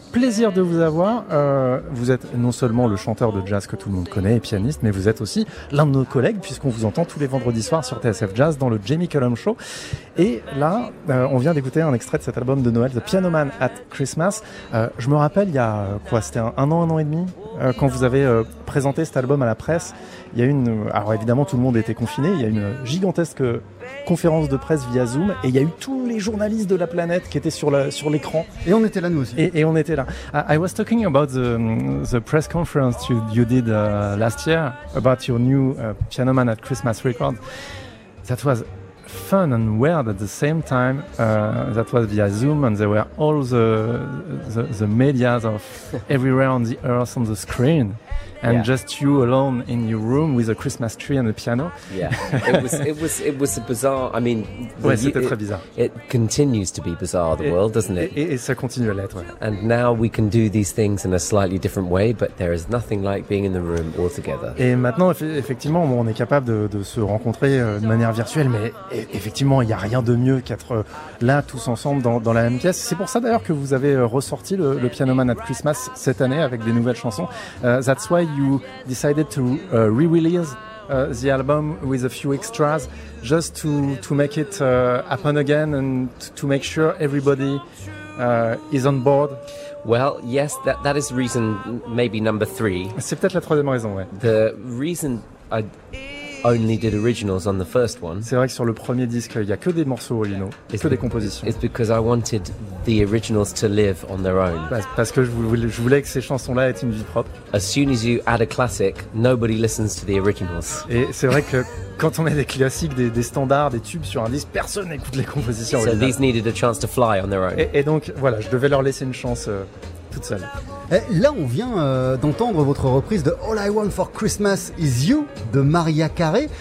plaisir de vous avoir. Euh, vous êtes non seulement le chanteur de jazz que tout le monde connaît et pianiste, mais vous êtes aussi l'un de nos collègues puisqu'on vous entend tous les vendredis soirs sur T S F Jazz dans le Jamie Cullum Show. Et là, euh, on vient d'écouter un extrait de cet album de Noël, The Piano Man at Christmas. Euh, je me rappelle, il y a quoi, c'était un, un an, un an et demi, euh, quand vous avez euh, présenté cet album à la presse. Il y a une, alors évidemment tout le monde était confiné, il y a une gigantesque conférence de presse via Zoom et il y a eu tous les journalistes de la planète qui étaient sur, la, sur l'écran. Et on était là nous aussi. Et, et on était là. I, I was talking about the, the press conference you, you did uh, last year about your new uh, Piano Man at Christmas record. That was fun and weird at the same time. Uh, that was via Zoom and there were all the, the, the medias of everywhere on the earth on the screen. And yeah. just you alone in your room with a Christmas tree and a piano. Yeah, it was it was it was a bizarre. I mean, ouais, c'était it, très bizarre. It continues to be bizarre, the et, world, doesn't it? Et, et ça continue à l'être. Ouais. And now we can do these things in a slightly different way, but there is nothing like being in the room all together. Et maintenant, effectivement, on est capable de, de se rencontrer de manière virtuelle, mais effectivement, il n'y a rien de mieux qu'être là tous ensemble dans, dans la même pièce. C'est pour ça d'ailleurs que vous avez ressorti le, le Piano Man at Christmas cette année avec des nouvelles chansons. Uh, that's why you decided to uh, re-release uh, the album with a few extras just to, to make it uh, happen again and to make sure everybody uh, is on board. Well, yes, that, that is reason maybe number three. C'est peut-être la troisième raison, ouais. The reason I only did originals on the first one. C'est vrai que sur le premier disque, il y a que des morceaux originaux, que des compositions. It's because I wanted the originals to live on their own. Parce que je voulais, je voulais que ces chansons-là aient une vie propre. As soon as you add a classic, nobody listens to the originals. Et c'est vrai que quand on met des classiques, des, des standards, des tubes sur un disque, personne n'écoute les compositions originales. So these needed a chance to fly on their own. Et, et donc voilà, je devais leur laisser une chance euh, toute seule. Et là, on vient euh, d'entendre votre reprise de All I Want for Christmas Is You de Mariah Carey,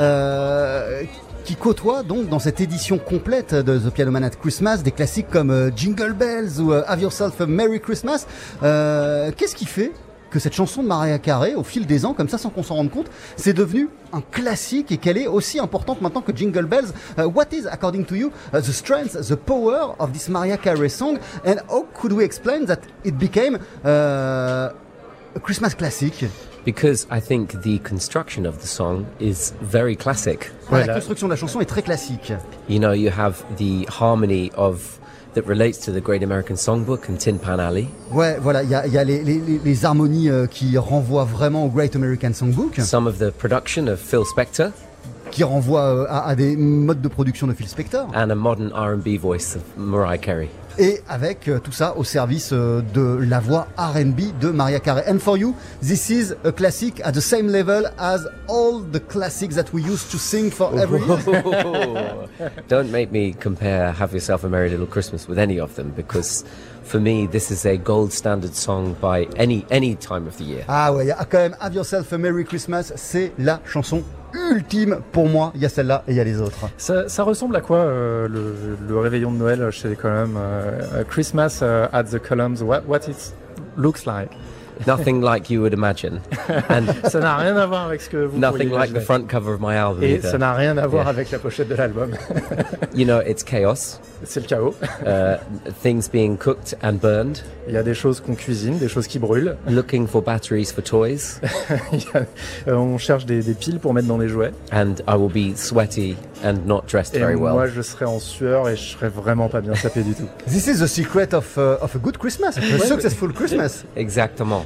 euh, qui côtoie donc dans cette édition complète de The Piano Man at Christmas des classiques comme euh, Jingle Bells ou euh, Have Yourself a Merry Christmas. Euh, qu'est-ce qui fait que cette chanson de Mariah Carey, au fil des ans, comme ça, sans qu'on s'en rende compte, c'est devenu un classique et qu'elle est aussi importante maintenant que Jingle Bells? Uh, what is, according to you, uh, the strength, the power of this Mariah Carey song, and how could we explain that it became uh, a Christmas classic? Because I think the construction of the song is very classic. Ouais, la construction de la chanson est très classique. You know, you have the harmony of that relates to the Great American Songbook and Tin Pan Alley. Ouais, voilà, il y a, y a les, les, les harmonies euh, qui renvoient vraiment au Great American Songbook. Some of the production of Phil Spector. Qui renvoie euh, à, à des modes de production de Phil Spector. And a modern R and B voice of Mariah Carey. Et avec euh, tout ça au service euh, de la voix R and B de Mariah Carey. And for you, this is a classic at the same level as all the classics that we used to sing for every year. Don't make me compare Have Yourself a Merry Little Christmas with any of them, because for me, this is a gold standard song by any any time of the year. Ah ouais, il y a quand même Have Yourself a Merry Christmas, c'est la chanson ultime pour moi. Il y a celle-là et il y a les autres. Ça, ça ressemble à quoi euh, le, le réveillon de Noël chez les Cullum? uh, Christmas uh, at the Cullums, what, what it looks like? Nothing like you would imagine. And ça n'a rien à voir avec ce que vous nothing like imaginer. The front cover of my album. Et either. Ça n'a rien à voir yeah. avec la pochette de l'album. You know, it's chaos. C'est le chaos. Uh, things being cooked and burned. Il y a des choses qu'on cuisine, des choses qui brûlent. Looking for batteries for toys. Il y a, euh, on cherche des, des piles pour mettre dans les jouets. And I will be sweaty and not dressed et very well. Moi, je serai en sueur et je serai vraiment pas bien sapé du tout. This is the secret of, uh, of a good Christmas, a successful Christmas. Exactement.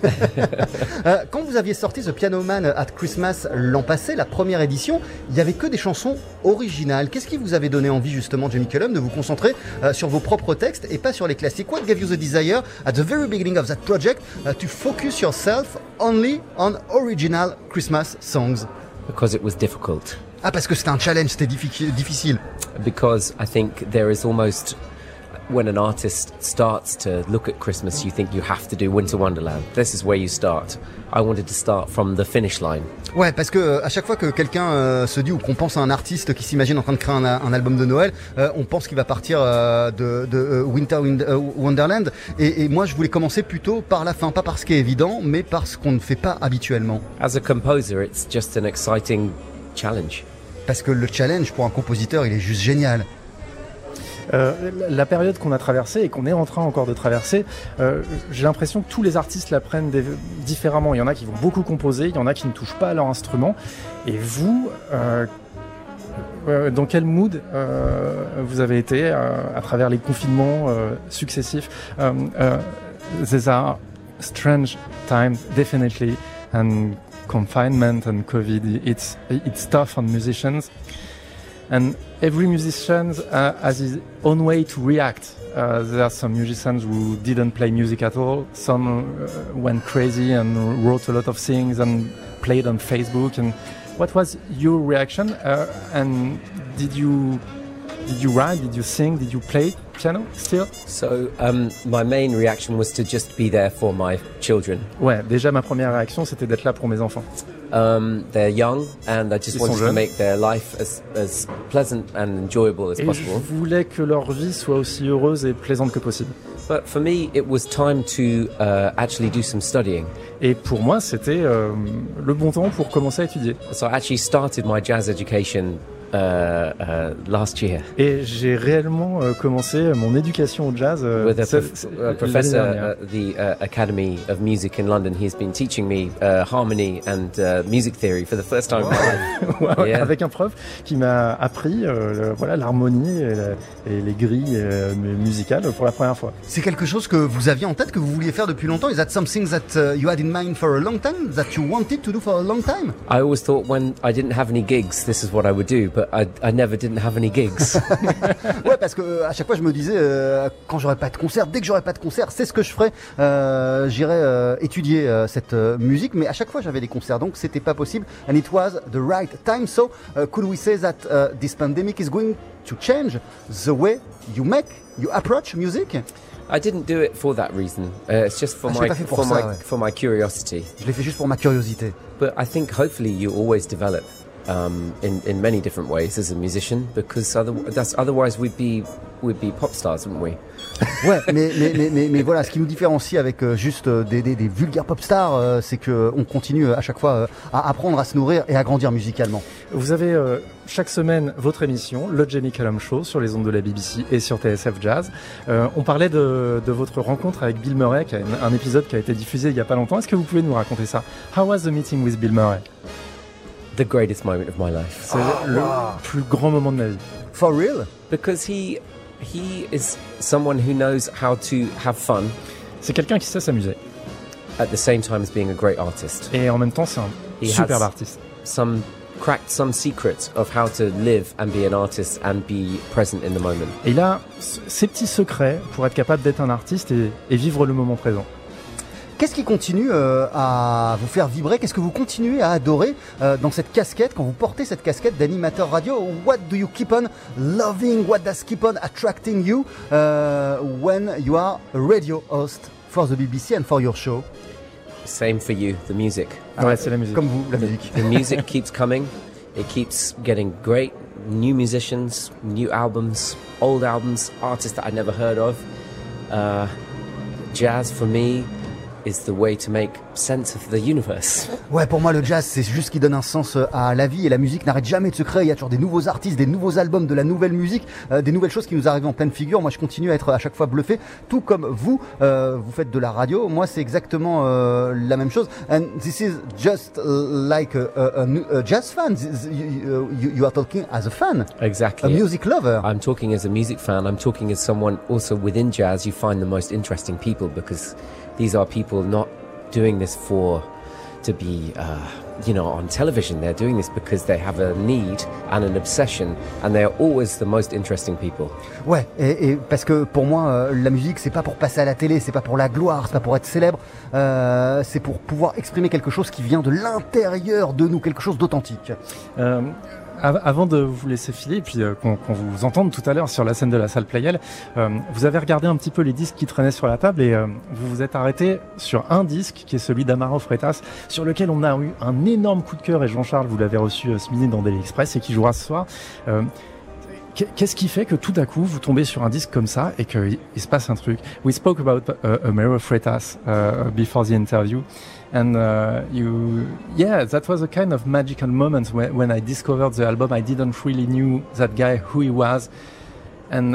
euh, quand vous aviez sorti The Piano Man at Christmas l'an passé, la première édition, il y avait que des chansons originales. Qu'est-ce qui vous avait donné envie justement, Jamie Cullum, de vous concentrer euh, sur vos propres textes et pas sur les classiques? What gave you the desire at the very beginning of that project uh, to focus yourself only on original Christmas songs? Because it was difficult. Ah, parce que c'était un challenge, c'était difficile. Because I think there is almost, when an artist starts to look at Christmas, you think you have to do Winter Wonderland. This is where you start. I wanted to start from the finish line. Ouais, parce que euh, à chaque fois que quelqu'un euh, se dit ou qu'on pense à un artiste qui s'imagine en train de créer un, un album de Noël, euh, on pense qu'il va partir euh, de, de euh, Winter Wonderland. Et, et moi, je voulais commencer plutôt par la fin, pas par ce qui est évident, mais par ce qu'on ne fait pas habituellement. As a composer, it's just an exciting challenge. Parce que le challenge pour un compositeur, il est juste génial. Euh, la période qu'on a traversée et qu'on est en train encore de traverser, euh, j'ai l'impression que tous les artistes la prennent des, différemment. Il y en a qui vont beaucoup composer, il y en a qui ne touchent pas à leur instrument. Et vous, euh, euh, dans quel mood euh, vous avez été euh, à travers les confinements euh, successifs? euh, euh, These are strange times, definitely, and confinement and COVID, it's it's tough on musicians. And every musician uh, has his own way to react. Uh, there are some musicians who didn't play music at all. Some uh, went crazy and wrote a lot of things and played on Facebook. And what was your reaction? Uh, and did you did you write? Did you sing? Did you play piano still? So um, my main reaction was to just be there for my children. Ouais, déjà ma première réaction c'était d'être là pour mes enfants. Um, they're young, and I just Ils wanted sont to jeunes. make their life as, as pleasant and enjoyable as Et possible. je voulais que leur vie soit aussi heureuse et plaisante que possible. But for me, it was time to uh, actually do some studying. Et pour moi, c'était euh, le bon temps pour commencer à étudier. So I actually started my jazz education uh, uh, last year Et j'ai réellement euh, commencé mon éducation au jazz euh, with a, cette- prof- cette- a l'année professor dernière. at the uh, Academy of Music in London. He's been teaching me uh, harmony and uh, music theory for the first time in my life. Ouais, Yeah. Avec un prof qui m'a appris euh, le- voilà l'harmonie et, la- et les grilles euh, musicales pour la première fois. C'est quelque chose que vous aviez en tête, que vous vouliez faire depuis longtemps? Is that something that uh, you had in mind for a long time, that you wanted to do for a long time? I always thought when I didn't have any gigs, this is what I would do, but I, I never didn't have any gigs. Ouais, parce que euh, à chaque fois je me disais, euh, quand j'aurais pas de concert, dès que j'aurais pas de concert, c'est ce que je ferais. Euh, J'irais euh, étudier euh, cette euh, musique, mais à chaque fois j'avais des concerts, donc c'était pas possible. And it was the right time. So uh, could we say that uh, this pandemic is going to change the way you make, you approach music? I didn't do it for that reason. Uh, it's just for Ah, je my l'ai pas fait pour for ça, my ouais. for my curiosity. Je l'ai fait juste pour ma curiosité. But I think hopefully you always develop um, in in many different ways as a musician, because other, that's otherwise we'd be we'd be pop stars, wouldn't we? Ouais, mais, mais, mais, mais, mais voilà, ce qui nous différencie avec euh, juste euh, des, des, des vulgaires pop stars, euh, c'est que on continue euh, à chaque fois euh, à apprendre à se nourrir et à grandir musicalement. Vous avez euh, chaque semaine votre émission, le Jamie Cullum Show, sur les ondes de la B B C et sur T S F Jazz. Euh, on parlait de, de votre rencontre avec Bill Murray, qui a une- un épisode qui a été diffusé il y a pas longtemps. Est-ce que vous pouvez nous raconter ça? How was the meeting with Bill Murray? The greatest moment of my life, C'est le plus grand moment de ma vie. For real? because he he is someone who knows how to have fun C'est quelqu'un qui sait s'amuser. at the same time as being a great artist. Et en même temps, c'est un He superbe has- artiste. Some cracked some secrets of how to live and be an artist and be present in the moment. Et il a c- ces petits secrets pour être capable d'être un artiste et, et vivre le moment présent. Qu'est-ce qui continue euh, à vous faire vibrer? Qu'est-ce que vous continuez à adorer euh, dans cette casquette, quand vous portez cette casquette d'animateur radio? What do you keep on loving? What does keep on attracting you uh, when you are a radio host for the B B C and for your show? Same for you, the music. Ouais, c'est la musique. Comme vous, la musique. The music keeps coming. It keeps getting great new musicians, new albums, old albums, artists that I never heard of. Uh, jazz for me is the way to make sense of the universe. Ouais, pour moi, le jazz, c'est juste ce qui donne un sens euh, à la vie, et la musique n'arrête jamais de se créer. Il y a toujours des nouveaux artistes, des nouveaux albums, de la nouvelle musique, euh, des nouvelles choses qui nous arrivent en pleine figure. Moi, je continue à être à chaque fois bluffé, tout comme vous. Euh, vous faites de la radio. Moi, c'est exactement euh, la même chose. And this is just uh, like a, a, a- a jazz fan. This- You, you, you are talking as a fan, a Exactly. music lover. I'm talking as a music fan. I'm talking as someone also within jazz. You find the most interesting people because these are people not doing this for to be, uh, you know, on television. They're doing this because they have a need and an obsession, and they are always the most interesting people. Ouais, et, et parce que pour moi, euh, la musique, c'est pas pour passer à la télé, c'est pas pour la gloire, c'est pas pour être célèbre, euh, c'est pour pouvoir exprimer quelque chose qui vient de l'intérieur de nous, quelque chose d'authentique. Euh, av- avant de vous laisser filer, et puis euh, qu'on qu'on vous entende tout à l'heure sur la scène de la salle Playel, euh, vous avez regardé un petit peu les disques qui traînaient sur la table et euh, vous vous êtes arrêté sur un disque qui est celui d'Amaro Freitas, sur lequel on a eu un énorme coup de cœur, et Jean-Charles, vous l'avez reçu euh, ce midi dans Daily Express et qui jouera ce soir. Euh, Qu'est- Qu'est-ce qui fait que tout à coup vous tombez sur un disque comme ça et qu'il il se passe un truc? We spoke about uh, Amaro Freitas uh, before the interview, and uh, you, yeah, that was a kind of magical moment when, when I discovered the album. I didn't really knew that guy, who he was, and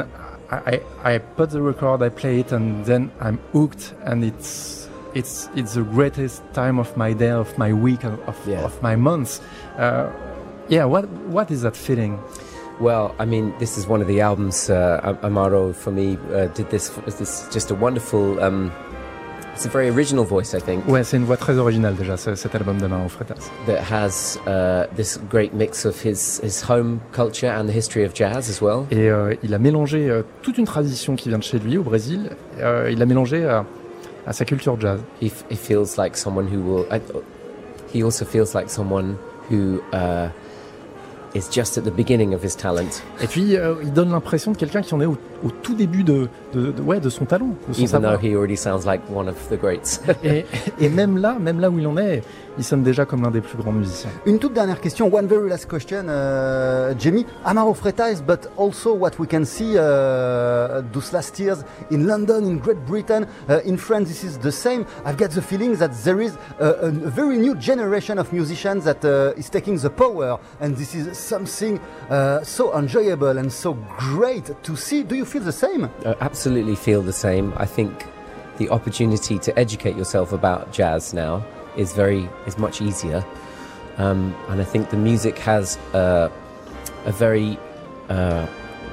I I put the record, I play it, and then I'm hooked, and it's it's it's the greatest time of my day, of my week, of of, Yeah. of my month. Uh, yeah, what what is that feeling? Well, I mean, this is one of the albums. Uh, Amaro, for me, uh, did this. This just a wonderful. Um, it's a very original voice, I think. Ouais, c'est une voix très originale déjà, ce- cet album de Maro Freitas. That has uh, this great mix of his his home culture and the history of jazz as well. Et euh, il a mélangé euh, toute une tradition qui vient de chez lui, au Brésil. Euh, il a mélangé à, à sa culture jazz. He, f- he feels like someone who will. I, he also feels like someone who. Uh, is just at the beginning of his talent. Et puis, euh, il donne l'impression de quelqu'un qui en est au, au tout début de, de, de, ouais, de son talent, de son Even savoir. though he already sounds like one of the greats. et, et même là, même là où il en est, il sonne déjà comme l'un des plus grands musiciens. Une toute dernière question, one very last question, uh, Jamie. Amaro Freitas, but also what we can see uh, those last years in London, in Great Britain, uh, in France, this is the same. I've got the feeling that there is a, a very new generation of musicians that uh, is taking the power, and this is something uh, so enjoyable and so great to see. Do you feel the same? I absolutely feel the same. I think the opportunity to educate yourself about jazz now is very is much easier, um, and I think the music has uh, a very uh,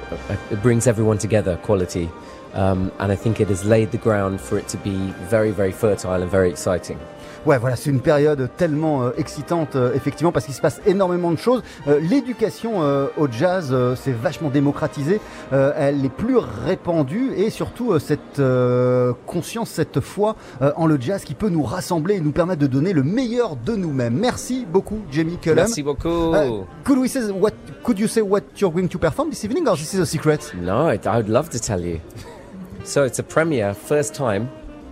it brings everyone together quality, um, and I think it has laid the ground for it to be very very fertile and very exciting. Ouais, voilà, c'est une période tellement euh, excitante, euh, effectivement, parce qu'il se passe énormément de choses. Euh, l'éducation euh, au jazz, euh, c'est vachement démocratisé, euh, elle est plus répandue, et surtout euh, cette euh, conscience, cette foi euh, en le jazz qui peut nous rassembler et nous permettre de donner le meilleur de nous-mêmes. Merci beaucoup, Jamie Cullum. Merci beaucoup. Uh, could we say what? Could you say what you're going to perform this evening, or this is a secret? No, I, I would love to tell you. So it's a premiere, first time,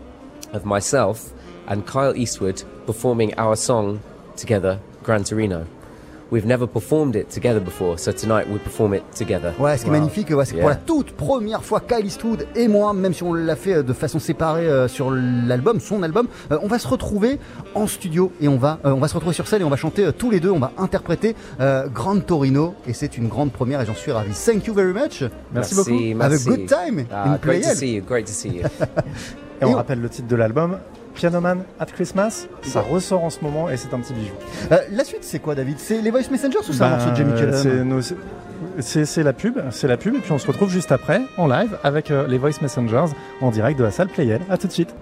of myself and Kyle Eastwood performing our song together, Gran Torino. We've never performed it together before, so tonight we perform it together. Ouais, ce qui est Wow. magnifique, ouais, c'est que Yeah. pour la toute première fois, Kyle Eastwood et moi, même si on l'a fait de façon séparée euh, sur l'album, son album, euh, on va se retrouver en studio et on va, euh, on va se retrouver sur scène et on va chanter euh, tous les deux, on va interpréter euh, Gran Torino, et c'est une grande première et j'en suis ravi. Thank you very much. Merci beaucoup. Have a merci. good time Ah, in great to Playel. see you, great to see you. Et on Et on- rappelle le titre de l'album, Piano Man at Christmas. Ça ressort en ce moment et c'est un petit bijou. Euh, la suite, c'est quoi, David? C'est les Voice Messengers ou c'est un Bah, morceau de Jamie Cullum? c'est, nos- c'est, c'est la pub, c'est la pub, et puis on se retrouve juste après, en live, avec euh, les Voice Messengers, en direct de la salle Playel. À tout de suite.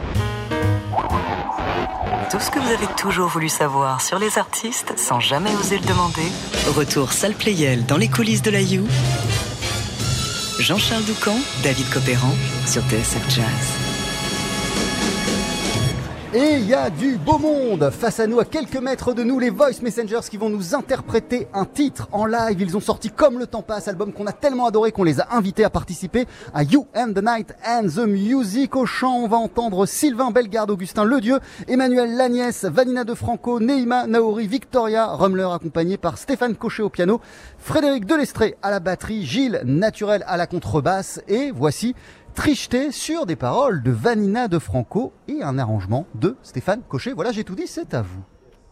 Tout ce que vous avez toujours voulu savoir sur les artistes sans jamais oser le demander. Retour salle Playel dans les coulisses de la You. Jean-Charles Doucan, David Copéran sur T S F Jazz. Et il y a du beau monde face à nous, à quelques mètres de nous, les Voice Messengers qui vont nous interpréter un titre en live. Ils ont sorti Comme le temps passe, album qu'on a tellement adoré qu'on les a invités à participer à You and the Night and the Music. Au chant, on va entendre Sylvain Bellegarde, Augustin Ledieu, Emmanuel Lagnès, Vanina De Franco, Neima Naori, Victoria Rummler, accompagné par Stéphane Cochet au piano, Frédéric Delestré à la batterie, Gilles Naturel à la contrebasse, et voici Tricheté sur des paroles de Vanina De Franco et un arrangement de Stéphane Cochet. Voilà, j'ai tout dit, c'est à vous.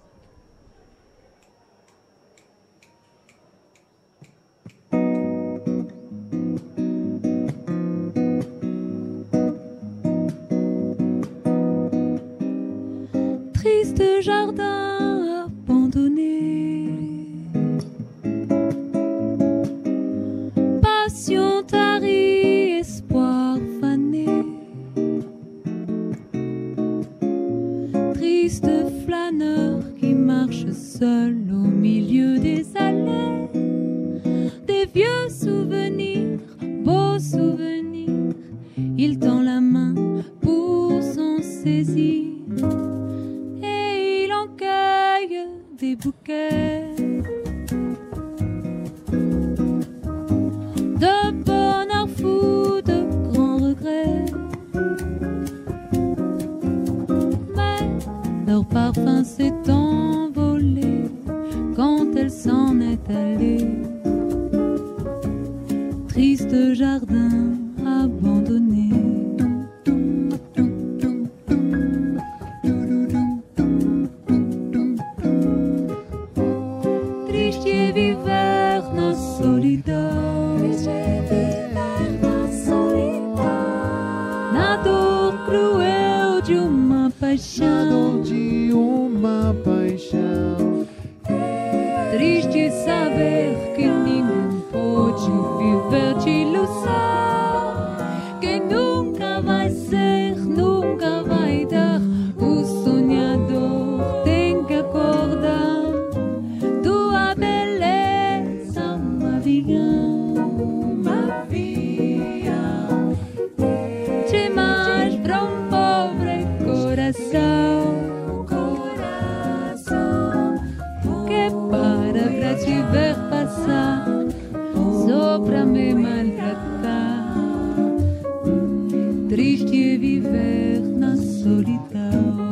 Triste jardin abandonné, passion tarie, espoir fané, triste flâneur qui marche seul au milieu des allées, des vieux souvenirs, beaux souvenirs, il tend la main pour s'en saisir. Et il en cueille des bouquets de bonheur fou, de grands regrets. Mais leur parfum s'est envolé quand elle s'en est allée. Triste jardin abandonné. Triste viver na solidão, triste viver na na dor cruel de uma paixão, de uma paixão. Triste saber que ninguém pode viver de ilusão, que nunca vai ser, nunca vai dar. O sonhador tem que acordar. Tua beleza, um avião, um avião, demais para um pobre coração. Para te ver passar, só pra me maltratar. Triste é viver na solidão.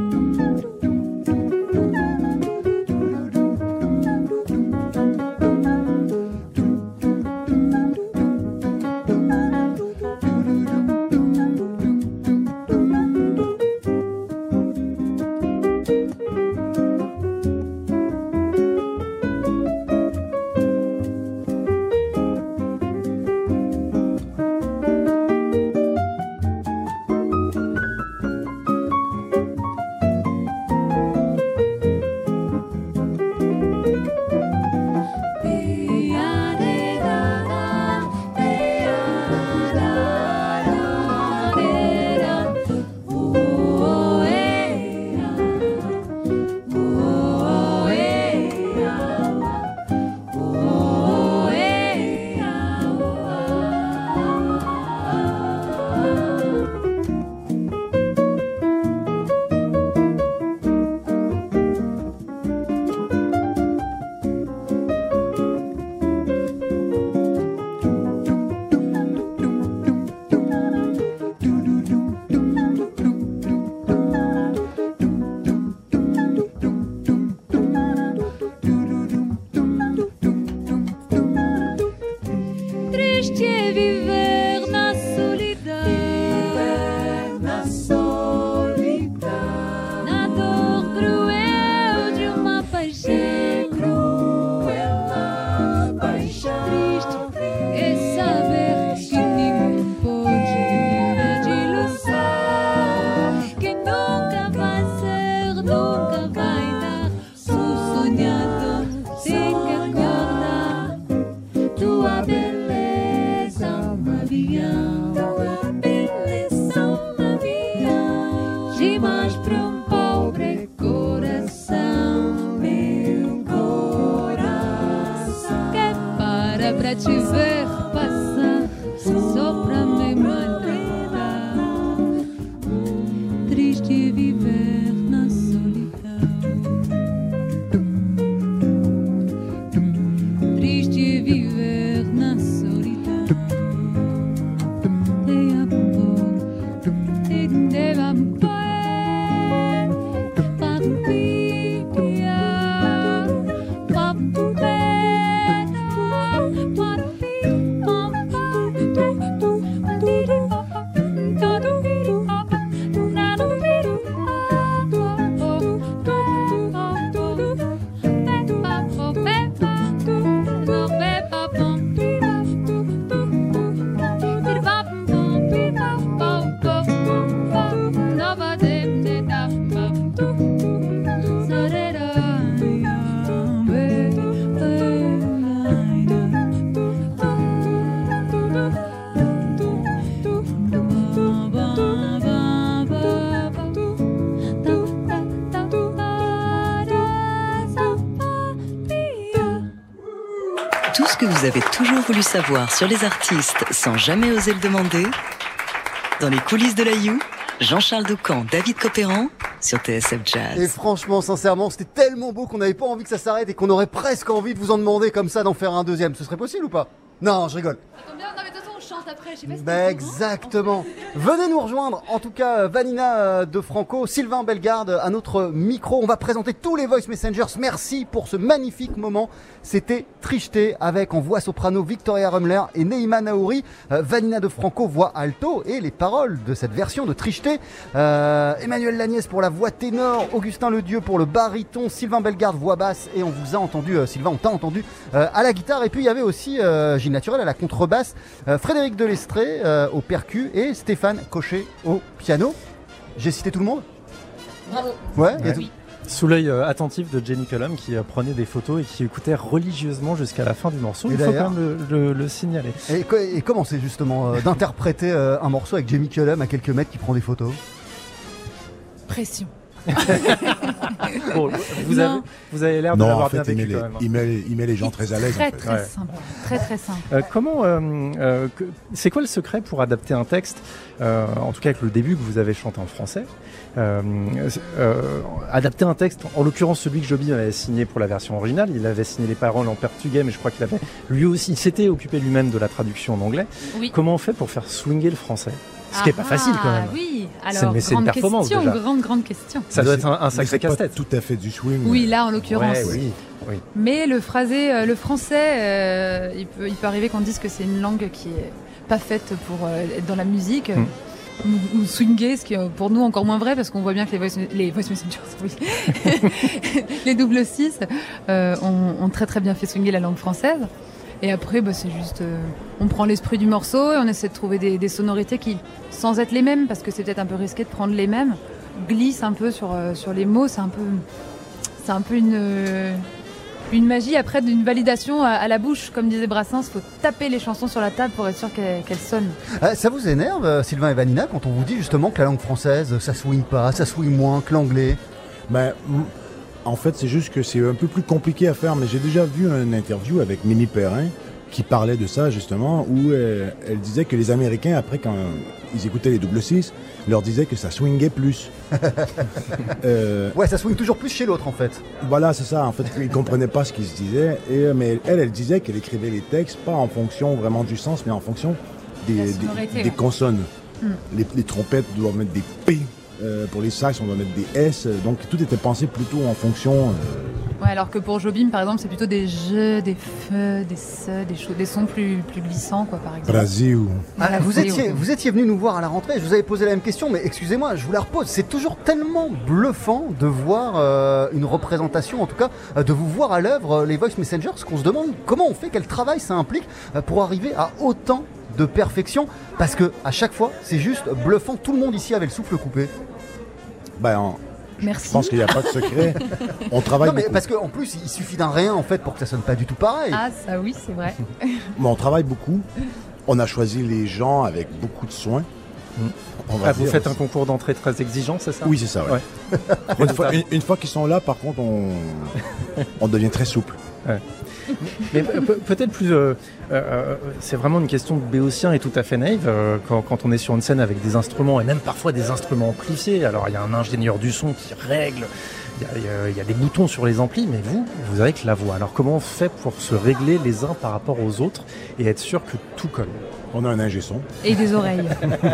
Tout ce que vous avez toujours voulu savoir sur les artistes sans jamais oser le demander. Dans les coulisses de la You, Jean-Charles Doucan, David Copéran sur T S F Jazz. Et franchement, sincèrement, c'était tellement beau qu'on n'avait pas envie que ça s'arrête et qu'on aurait presque envie de vous en demander comme ça d'en faire un deuxième. Ce serait possible ou pas? Non, je rigole. Attends bien, non mais de toute façon on chante après, je sais pas si Bah exactement. Venez nous rejoindre, en tout cas Vanina de Franco, Sylvain Bellegarde à notre micro. On va présenter tous les Voice Messengers. Merci pour ce magnifique moment. C'était Tricheté avec en voix soprano Victoria Rumler et Neima Naouri. Euh, Vanina de Franco, voix alto, et les paroles de cette version de Tricheté. Euh, Emmanuel Lagnès pour la voix ténor, Augustin Ledieu pour le baryton, Sylvain Bellegarde voix basse, et on vous a entendu, euh, Sylvain, on t'a entendu euh, à la guitare. Et puis il y avait aussi euh, Gilles Naturel à la contrebasse, euh, Frédéric Delestré euh, au percu et Stéphane Cochet au piano. J'ai cité tout le monde ? Bravo. Ouais, y a Ouais. tout- Oui. Sous l'œil euh, attentif de Jamie Cullum qui euh, prenait des photos et qui écoutait religieusement jusqu'à la fin du morceau. Et Il faut quand d'ailleurs- même le, le- le signaler. Et, co- et comment c'est justement euh, d'interpréter euh, un morceau avec Jamie Cullum à quelques mètres qui prend des photos ? Pression. Bon, vous, Non. avez, vous avez l'air de Non, en l'avoir fait, bien il met, vécu les, quand même. hein. il, met, il met les gens très à l'aise. Très en fait. très Ouais. simple. Très très simple. Euh, comment, euh, euh, que- c'est quoi le secret pour adapter un texte, euh, en tout cas avec le début que vous avez chanté en français, euh, euh, adapter un texte, en l'occurrence celui que Joby avait signé pour la version originale, il avait signé les paroles en portugais, mais je crois qu'il avait lui aussi, il s'était occupé lui-même de la traduction en anglais. Oui. Comment on fait pour faire swinger le français ? Ce qui est pas Ah, facile quand même. Oui, C'est- alors mais c'est une grande performance, question, déjà. grande grande question. Ça Mais doit c'est- être un, un mais sacré c'est pas casse-tête. tout à fait du swing. Oui, là en l'occurrence. Ouais, oui, oui. Mais le phrasé, euh, le français, euh, il, peut, il peut arriver qu'on dise que c'est une langue qui est pas faite pour euh, être dans la musique. Mm. Ou, ou swinguer, ce qui est pour nous encore moins vrai parce qu'on voit bien que les voice, les voice messengers, oui, les double six euh, ont, ont très très bien fait swinguer la langue française. Et après, bah, c'est juste, euh, on prend l'esprit du morceau et on essaie de trouver des, des sonorités qui, sans être les mêmes, parce que c'est peut-être un peu risqué de prendre les mêmes, glissent un peu sur euh, sur les mots. C'est un peu, c'est un peu une euh, une magie après d'une validation à, à la bouche, comme disait Brassens. Faut taper les chansons sur la table pour être sûr qu'elles, qu'elles sonnent. Euh, ça vous énerve, euh, Sylvain et Vanina, quand on vous dit justement que la langue française, ça swing pas, ça swing moins que l'anglais ? Ben, m- en fait, c'est juste que c'est un peu plus compliqué à faire, mais j'ai déjà vu une interview avec Mimi Perrin qui parlait de ça justement, où euh, elle disait que les Américains, après quand ils écoutaient les double six, leur disaient que ça swingait plus. Euh, Ouais, ça swing toujours plus chez l'autre en fait. Voilà, c'est ça. En fait, ils comprenaient pas ce qu'ils se disaient. Et, euh, mais elle, elle disait qu'elle écrivait les textes pas en fonction vraiment du sens, mais en fonction des, La des- sonorité, des ouais. consonnes. Mm. Les, les trompettes doivent mettre des P. Euh, pour les sax, on doit mettre des S. Donc tout était pensé plutôt en fonction. euh, Ouais, alors que pour Jobim, par exemple, c'est plutôt des jeux, des feux, des se, des, cho- des sons plus, plus glissants, quoi, par exemple. Brasil. Ah, Voilà, vous, c'est- étiez, vous étiez venu nous voir à la rentrée, je vous avais posé la même question, mais excusez-moi, je vous la repose. C'est toujours tellement bluffant de voir euh, une représentation, en tout cas, euh, de vous voir à l'œuvre, euh, les Voice Messengers, parce qu'on se demande comment on fait, quel travail ça implique euh, pour arriver à autant de perfection, parce que à chaque fois, c'est juste bluffant. Tout le monde ici avait le souffle coupé. Ben, en- Merci. je pense qu'il n'y a pas de secret. On travaille Non, mais beaucoup. parce qu'en plus, il suffit d'un rien en fait pour que ça sonne pas du tout pareil. Ah, ça oui, c'est vrai. Mais on travaille beaucoup. On a choisi les gens avec beaucoup de soin. On va Ah, vous dire. faites un concours d'entrée très exigeant, c'est ça ? Oui, c'est ça, ouais. Une fois, une- une fois qu'ils sont là, par contre, on, on devient très souple. Ouais. Mais pe- pe- peut-être plus, euh, euh, c'est vraiment une question de béotien et tout à fait naïve euh, quand, quand on est sur une scène avec des instruments et même parfois des instruments amplifiés. Alors il y a un ingénieur du son qui règle, il y a, il y a- il y a des boutons sur les amplis, mais vous, vous avez que la voix. Alors comment on fait pour se régler les uns par rapport aux autres et être sûr que tout colle ? On a un ingé son. Et des oreilles.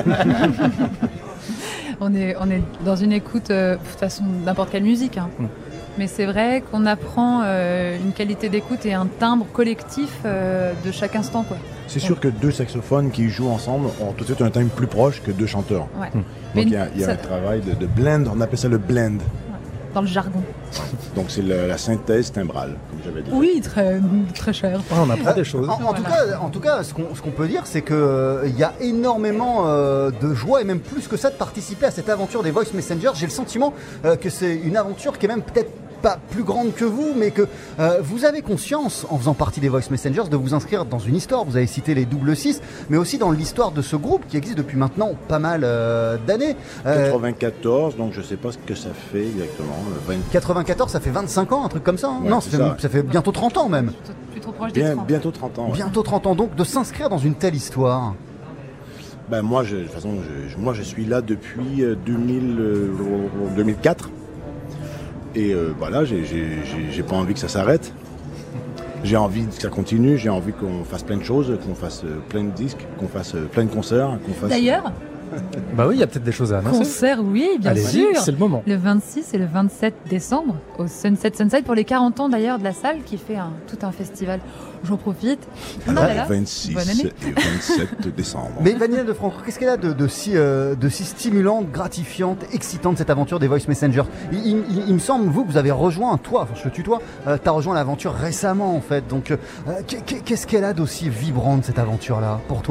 on, est, on est dans une écoute, euh, de toute façon, n'importe quelle musique. Hein. Mm. Mais c'est vrai qu'on apprend euh, une qualité d'écoute et un timbre collectif euh, de chaque instant, quoi. C'est sûr que deux saxophones qui jouent ensemble ont tout de suite un timbre plus proche que deux chanteurs. Ouais. Donc Mais il y a, il y a ça- un travail de, de blend, on appelle ça le blend. Dans le jargon. Donc c'est le- la synthèse timbrale, comme j'avais dit. Oui, très, très cher. on apprend des choses. En, en tout cas, en tout cas, ce qu'on ce qu'on peut dire, c'est que euh, il y a énormément euh, de joie et même plus que ça de participer à cette aventure des Voice Messengers. J'ai le sentiment euh, que c'est une aventure qui est même peut-être pas plus grande que vous, mais que euh, vous avez conscience, en faisant partie des Voice Messengers, de vous inscrire dans une histoire. Vous avez cité les double six, mais aussi dans l'histoire de ce groupe qui existe depuis maintenant pas mal euh, d'années. Euh, quatre-vingt-quatorze, donc je sais pas ce que ça fait exactement. euh, vingt quatre-vingt-quatorze, ça fait vingt-cinq ans, un truc comme ça. Hein Ouais, non, c'est ça fait, ça. ça fait bientôt trente ans même. Plus trop proche des Bien, trente. bientôt trente ans. ouais. Bientôt trente ans, donc de s'inscrire dans une telle histoire. Ben moi, je, de toute façon, je, je- moi je suis là depuis euh, deux mille, euh, deux mille quatre. Et euh, voilà, j'ai- j'ai j'ai- j'ai pas envie que ça s'arrête. J'ai envie que ça continue, j'ai envie qu'on fasse plein de choses, qu'on fasse euh, plein de disques, qu'on fasse euh, plein de concerts, qu'on fasse... D'ailleurs, Bah oui, il y a peut-être des choses à annoncer. concert, oui, bien Allez-y, sûr. c'est le moment. Le vingt-six et le vingt-sept décembre au Sunset Sunside pour les quarante ans d'ailleurs de la salle qui fait un, tout un festival. J'en profite. Ah là là, vingt-six bonne année. et vingt-sept décembre. Mais Vanilla de Franco, qu'est-ce qu'elle a de, de, si, euh, de si stimulante, gratifiante, excitante cette aventure des Voice Messengers? il, il- il- il me semble, vous, que vous avez rejoint, toi, enfin je te tutoie, euh, tu as rejoint l'aventure récemment en fait. Donc euh, qu'est- qu'est- qu'est-ce qu'elle a d'aussi vibrant de cette aventure-là pour toi?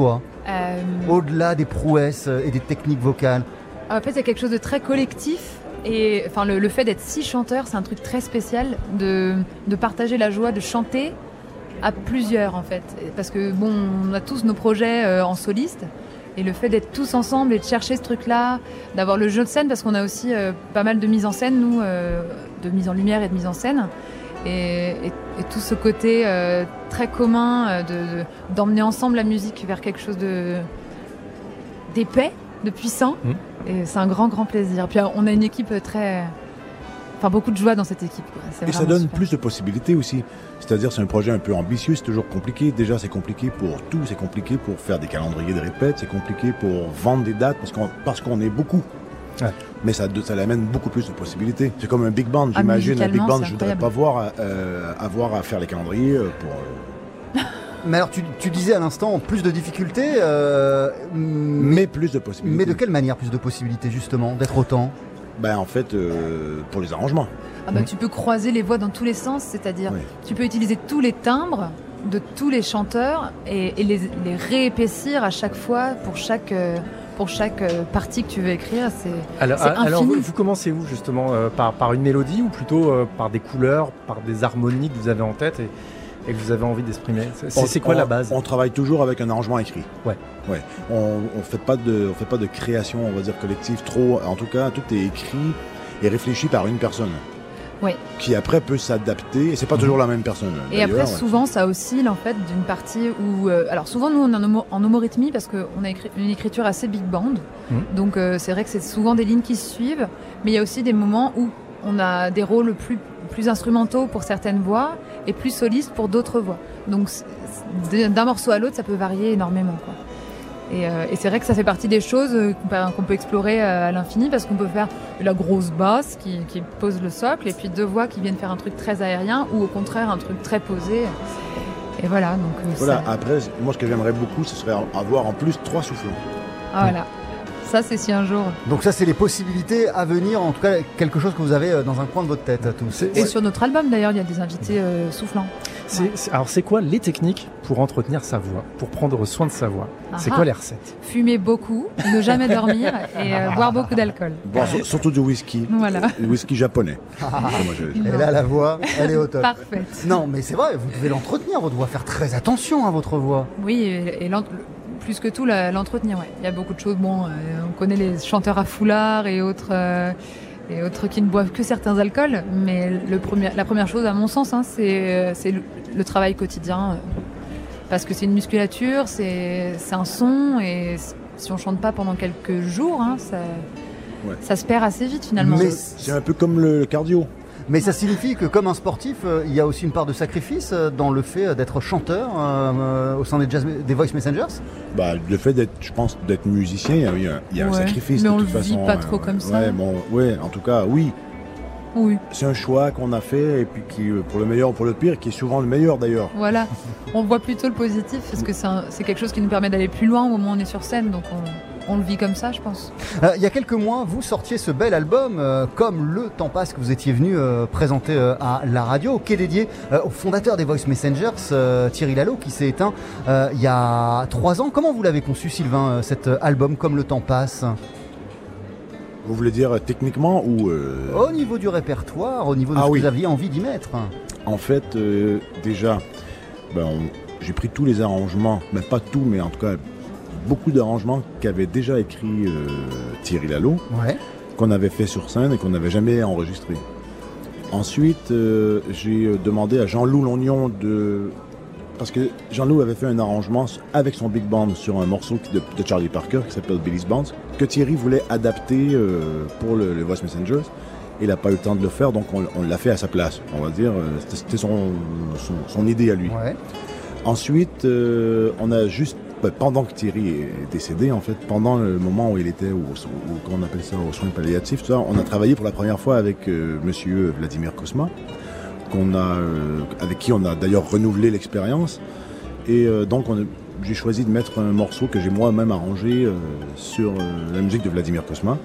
Euh, Au-delà des prouesses et des techniques vocales. En fait, c'est quelque chose de très collectif. Et enfin, le, le fait d'être six chanteurs, c'est un truc très spécial de, de partager la joie de chanter à plusieurs, en fait. Parce que, bon, on a tous nos projets euh, en soliste. Et le fait d'être tous ensemble et de chercher ce truc-là, d'avoir le jeu de scène, parce qu'on a aussi euh, pas mal de mise en scène, nous, euh, de mise en lumière et de mise en scène. Et, et, et tout ce côté euh, très commun euh, de, de, d'emmener ensemble la musique vers quelque chose de, d'épais, de puissant. Mmh. Et c'est un grand, grand plaisir. Puis on a une équipe très... Enfin, beaucoup de joie dans cette équipe. Quoi. C'est et ça donne super. plus de possibilités aussi. C'est-à-dire, c'est un projet un peu ambitieux, c'est toujours compliqué. Déjà, c'est compliqué pour tout. C'est compliqué pour faire des calendriers de répètes. C'est compliqué pour vendre des dates parce qu'on, parce qu'on est beaucoup. Ouais. Mais ça, ça l'amène beaucoup plus de possibilités. C'est comme un big band. Ah, j'imagine. Un big band, je ne voudrais pas voir, euh, avoir à faire les calendriers pour... Euh... Mais alors, tu, tu disais à l'instant plus de difficultés. Euh, mais plus de possibilités. Mais de quelle manière plus de possibilités, justement, d'être autant? Ben, en fait, euh, pour les arrangements. Ah bah, mmh. Tu peux croiser les voix dans tous les sens, c'est-à-dire oui. tu peux utiliser tous les timbres de tous les chanteurs et, et les, les réépaissir à chaque fois pour chaque, euh, pour chaque euh, partie que tu veux écrire. C'est, alors, c'est infini. Alors vous, vous commencez où justement euh, par, par une mélodie ou plutôt euh, par des couleurs, par des harmonies que vous avez en tête et, et que vous avez envie d'exprimer? C'est, on, c'est quoi on, la base? On travaille toujours avec un arrangement écrit. Ouais. Ouais. On ne fait pas de, on fait pas de création, on va dire collective trop. En tout cas, tout est écrit et réfléchi par une personne. Oui. Qui après peut s'adapter et c'est pas mmh. toujours la même personne. Et après, ouais. souvent, ça oscille en fait d'une partie où, euh, alors souvent nous on est en, homo, en homorythmie parce qu'on a écrit une écriture assez big band. Mmh. Donc euh, c'est vrai que c'est souvent des lignes qui se suivent, mais il y a aussi des moments où on a des rôles plus plus instrumentaux pour certaines voix et plus solistes pour d'autres voix. Donc d'un morceau à l'autre, ça peut varier énormément, quoi. Et, euh, et c'est vrai que ça fait partie des choses euh, qu'on peut explorer euh, à l'infini parce qu'on peut faire la grosse basse qui, qui pose le socle et puis deux voix qui viennent faire un truc très aérien ou au contraire un truc très posé. Et voilà. Donc, euh, voilà. Ça... Après, moi, ce que j'aimerais beaucoup, ce serait avoir en plus trois soufflants. Ah, voilà. Ça, c'est si un jour. Donc ça, c'est les possibilités à venir, en tout cas quelque chose que vous avez dans un coin de votre tête à tous. Et ouais. Sur notre album, d'ailleurs, il y a des invités euh, soufflants. C'est, ouais. c'est, alors, c'est quoi les techniques pour entretenir sa voix, pour prendre soin de sa voix? Aha. C'est quoi les recettes? Fumer beaucoup, ne jamais dormir et euh, boire beaucoup d'alcool. Bon, ouais. Surtout du whisky. Voilà. Le whisky japonais. Ah, moi, je... Elle a la voix, elle est au top. Parfaite. Non, mais c'est vrai, vous devez l'entretenir, votre voix, faire très attention à votre voix. Oui, et, et plus que tout, la, l'entretenir, ouais. Il y a beaucoup de choses. Bon, euh, on connaît les chanteurs à foulard et autres, euh, et autres qui ne boivent que certains alcools. Mais le premier, la première chose, à mon sens, hein, c'est, c'est le, le travail quotidien. Euh, parce que c'est une musculature, c'est, c'est un son. Et si on chante pas pendant quelques jours, hein, ça, ouais. ça se perd assez vite finalement. Mais c'est un peu comme le cardio. Mais ça signifie que comme un sportif, euh, il y a aussi une part de sacrifice euh, dans le fait d'être chanteur euh, au sein des, jazz, des Voice Messengers. Bah, le fait d'être, je pense, d'être musicien, il y a, il y a, il y a ouais, un sacrifice. Mais de on toute le façon, vit pas euh, trop comme ouais, ça. Ouais, bon, ouais, en tout cas, oui. Oui. C'est un choix qu'on a fait et puis qui, pour le meilleur ou pour le pire, qui est souvent le meilleur d'ailleurs. Voilà. On voit plutôt le positif parce que c'est, un, c'est quelque chose qui nous permet d'aller plus loin au moment où on est sur scène, donc on. On le vit comme ça, je pense. Euh, il y a quelques mois, vous sortiez ce bel album, euh, comme le temps passe que vous étiez venu euh, présenter euh, à la radio, qui est dédié euh, au fondateur des Voice Messengers, euh, Thierry Lalo, qui s'est éteint euh, il y a trois ans. Comment vous l'avez conçu, Sylvain, euh, cet album, comme le temps passe? Vous voulez dire techniquement ou euh... Au niveau du répertoire, au niveau de ah, ce oui. que vous aviez envie d'y mettre. En fait, euh, déjà, ben, on, j'ai pris tous les arrangements, mais pas tout, mais en tout cas beaucoup d'arrangements qu'avait déjà écrit euh, Thierry Lalo, ouais. qu'on avait fait sur scène et qu'on n'avait jamais enregistré. Ensuite, euh, j'ai demandé à Jean-Loup Lognon de... Parce que Jean-Loup avait fait un arrangement avec son big band sur un morceau de, de Charlie Parker qui s'appelle Billy's Band, que Thierry voulait adapter euh, pour le, le Voice Messengers. Il n'a pas eu le temps de le faire, donc on, on l'a fait à sa place. On va dire, c'était, c'était son, son, son idée à lui. Ouais. Ensuite, euh, on a juste... Pendant que Thierry est décédé, en fait, pendant le moment où il était, au, au, comment on appelle ça, aux soins palliatifs, tout ça, on a travaillé pour la première fois avec euh, Monsieur Vladimir Kosma, qu'on a, euh, avec qui on a d'ailleurs renouvelé l'expérience. Et euh, donc, on a, j'ai choisi de mettre un morceau que j'ai moi-même arrangé euh, sur euh, la musique de Vladimir Kosma.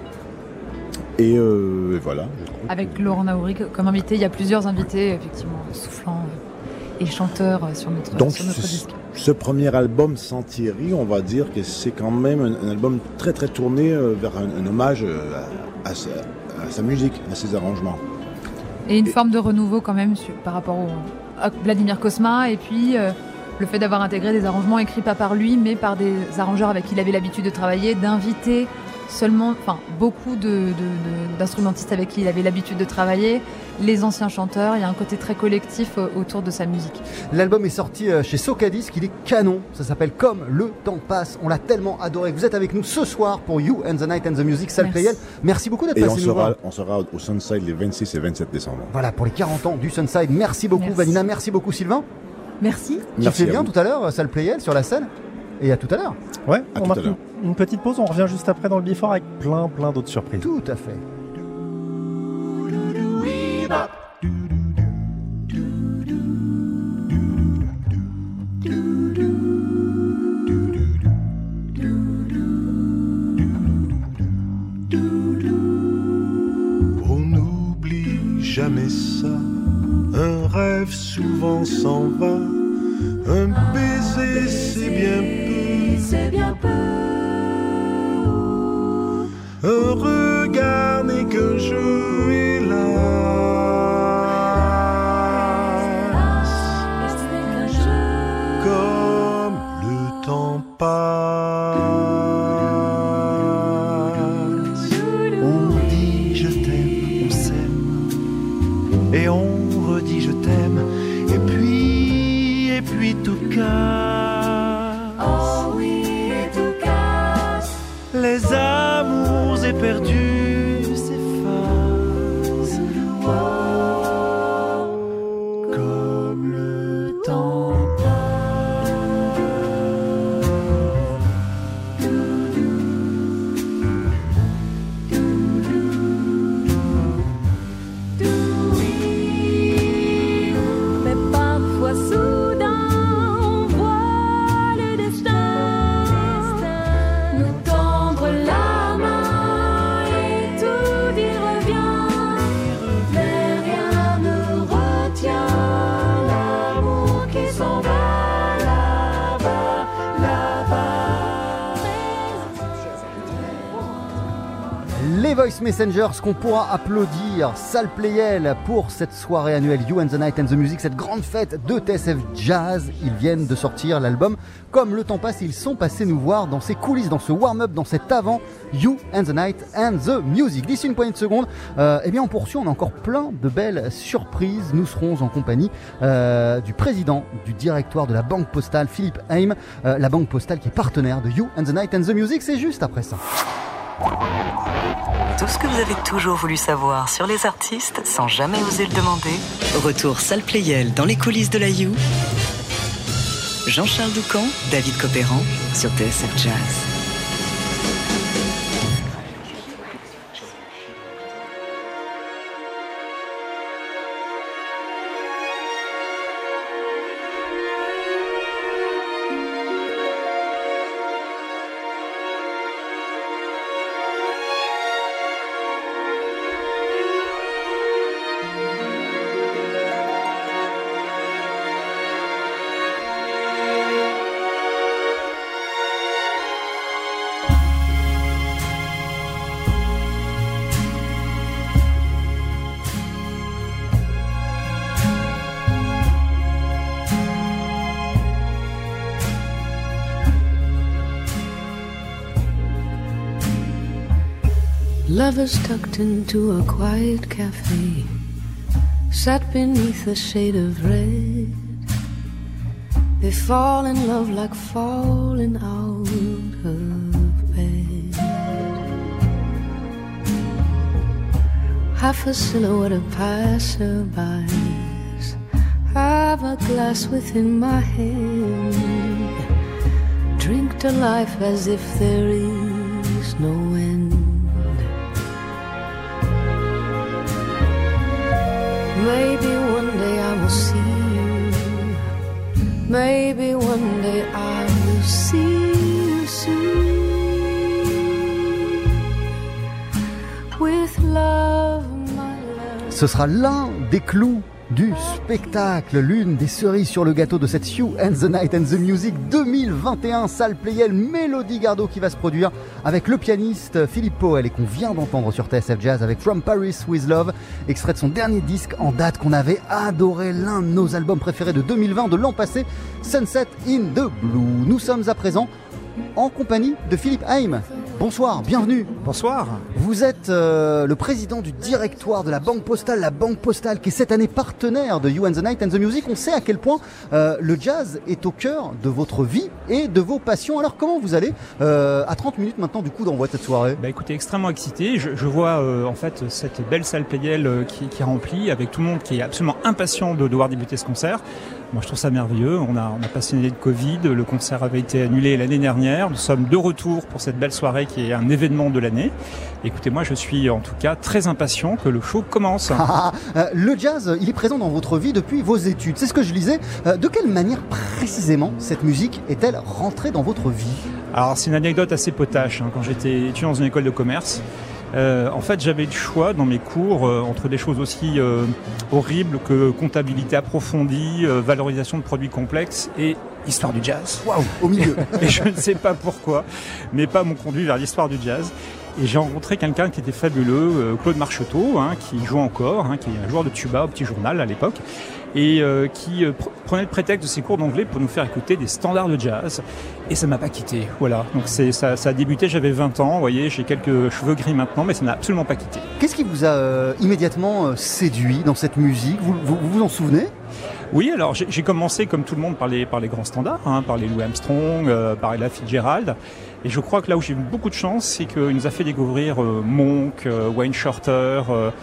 Et, euh, et voilà. Avec Laurent Naouri comme invité, il y a plusieurs invités, effectivement, soufflants et chanteurs sur notre, donc, sur notre disque. ce premier album sans Thierry, on va dire que c'est quand même un, un album très très tourné euh, vers un, un hommage euh, à, à, sa, à sa musique, à ses arrangements. Et une forme de renouveau quand même sur, par rapport au, à Vladimir Cosma, et puis euh, le fait d'avoir intégré des arrangements écrits pas par lui, mais par des arrangeurs avec qui il avait l'habitude de travailler, d'inviter seulement, enfin beaucoup de, de, de, d'instrumentistes avec qui il avait l'habitude de travailler, les anciens chanteurs. Il y a un côté très collectif autour de sa musique. L'album est sorti chez Socadisc, il est canon, ça s'appelle Comme le temps passe, on l'a tellement adoré. Vous êtes avec nous ce soir pour You and the Night and the Music, Salle Playel. Merci beaucoup d'être et passé on nous sera, voir. on sera au Sunside les vingt-six et vingt-sept décembre. Voilà, pour les quarante ans du Sunside. Merci beaucoup merci. Vanina, merci beaucoup Sylvain. Merci. Tu fais bien tout à l'heure, Salle Playel, sur la scène. Et à tout à l'heure. Ouais, à on marque une, une petite pause, on revient juste après dans le Before avec plein plein d'autres surprises. Tout à fait. On n'oublie jamais ça, un rêve souvent s'en va. Un baiser, c'est bien peu, c'est bien peu. Un regard n'est qu'un jeu, hélas. Comme le temps passe, on dit je t'aime, on s'aime, et on redit je t'aime, et puis, et puis tout casse. Oh oui, et tout casse. Les amours éperdus s'effacent. Oh, comme le temps passe. Oui, mais parfois soudain on voit le destin nous tendre la main et tout y revient, mais rien ne retient l'amour qui s'en va là-bas, là-bas. Les Voice Messengers qu'on pourra applaudir, Salle Playel, pour cette soirée annuelle You and the Night and the Music, cette grande fête de T S F Jazz. Ils viennent de sortir l'album Comme le temps passe, ils sont passés nous voir dans ces coulisses, dans ce warm-up, dans cet avant You and the Night and the Music. D'ici une poignée de secondes, euh, eh bien on poursuit, on a encore plein de belles surprises. Nous serons en compagnie euh, du président du directoire de la Banque Postale, Philippe Haim, euh, la Banque Postale qui est partenaire de You and the Night and the Music. C'est juste après ça. Tout ce que vous avez toujours voulu savoir sur les artistes sans jamais oser le demander. Retour Salle Playel dans les coulisses de la You. Jean-Charles Doucan, David Copéran sur T S F Jazz. Lovers tucked into a quiet cafe sat beneath a shade of red. They fall in love like falling out of bed. Half a silhouette of passerbys, have a glass within my hand. Drink to life as if there is no end. Maybe one day I will see you. Maybe one day I will see you soon. With love, my love. Ce sera l'un des clous du spectacle, l'une des cerises sur le gâteau de cette You and the Night and the Music deux mille vingt et un, salle Playel, Mélodie Gardot qui va se produire avec le pianiste Philippe Powell et qu'on vient d'entendre sur T S F Jazz avec From Paris with Love, extrait de son dernier disque en date qu'on avait adoré, l'un de nos albums préférés de deux mille vingt, de l'an passé, Sunset in the Blue. Nous sommes à présent en compagnie de Philippe Haim. Bonsoir, bienvenue. Bonsoir. Vous êtes euh, le président du directoire de la Banque Postale, la Banque Postale qui est cette année partenaire de You and the Night and the Music. On sait à quel point euh, le jazz est au cœur de votre vie et de vos passions. Alors comment vous allez euh, à trente minutes maintenant du coup d'envoi de cette soirée? Bah écoutez, extrêmement excité. Je, je vois euh, en fait cette belle salle Playel euh, qui, qui est remplie avec tout le monde qui est absolument impatient de devoir débuter ce concert. Moi je trouve ça merveilleux. On a, on a passé une année de Covid, le concert avait été annulé l'année dernière. Nous sommes de retour pour cette belle soirée qui est un événement de l'année. Écoutez, moi je suis en tout cas très impatient que le show commence. Ah, euh, le jazz, il est présent dans votre vie depuis vos études. C'est ce que je lisais. Euh, de quelle manière précisément cette musique est-elle rentrée dans votre vie? Alors c'est une anecdote assez potache. Hein. Quand j'étais étudiant dans une école de commerce, Euh, en fait, j'avais le choix dans mes cours euh, entre des choses aussi euh, horribles que comptabilité approfondie, euh, valorisation de produits complexes et histoire du jazz. Waouh, au milieu. Et je ne sais pas pourquoi, mes pas m'ont conduit vers l'histoire du jazz. Et j'ai rencontré quelqu'un qui était fabuleux, euh, Claude Marcheteau, hein, qui joue encore, hein, qui est un joueur de tuba au Petit Journal à l'époque, et euh, qui euh, pr- prenait le prétexte de ses cours d'anglais pour nous faire écouter des standards de jazz. Et ça m'a pas quitté. Voilà. Donc c'est, ça, ça a débuté, j'avais vingt ans, vous voyez, j'ai quelques cheveux gris maintenant, mais ça n'a absolument pas quitté. Qu'est-ce qui vous a euh, immédiatement euh, séduit dans cette musique? vous, vous, vous vous en souvenez? Oui, alors j'ai, j'ai commencé comme tout le monde par les, par les grands standards, hein, par les Louis Armstrong, euh, par Ella Fitzgerald. Et je crois que là où j'ai eu beaucoup de chance, c'est qu'il nous a fait découvrir euh, Monk, euh, Wayne Shorter, euh,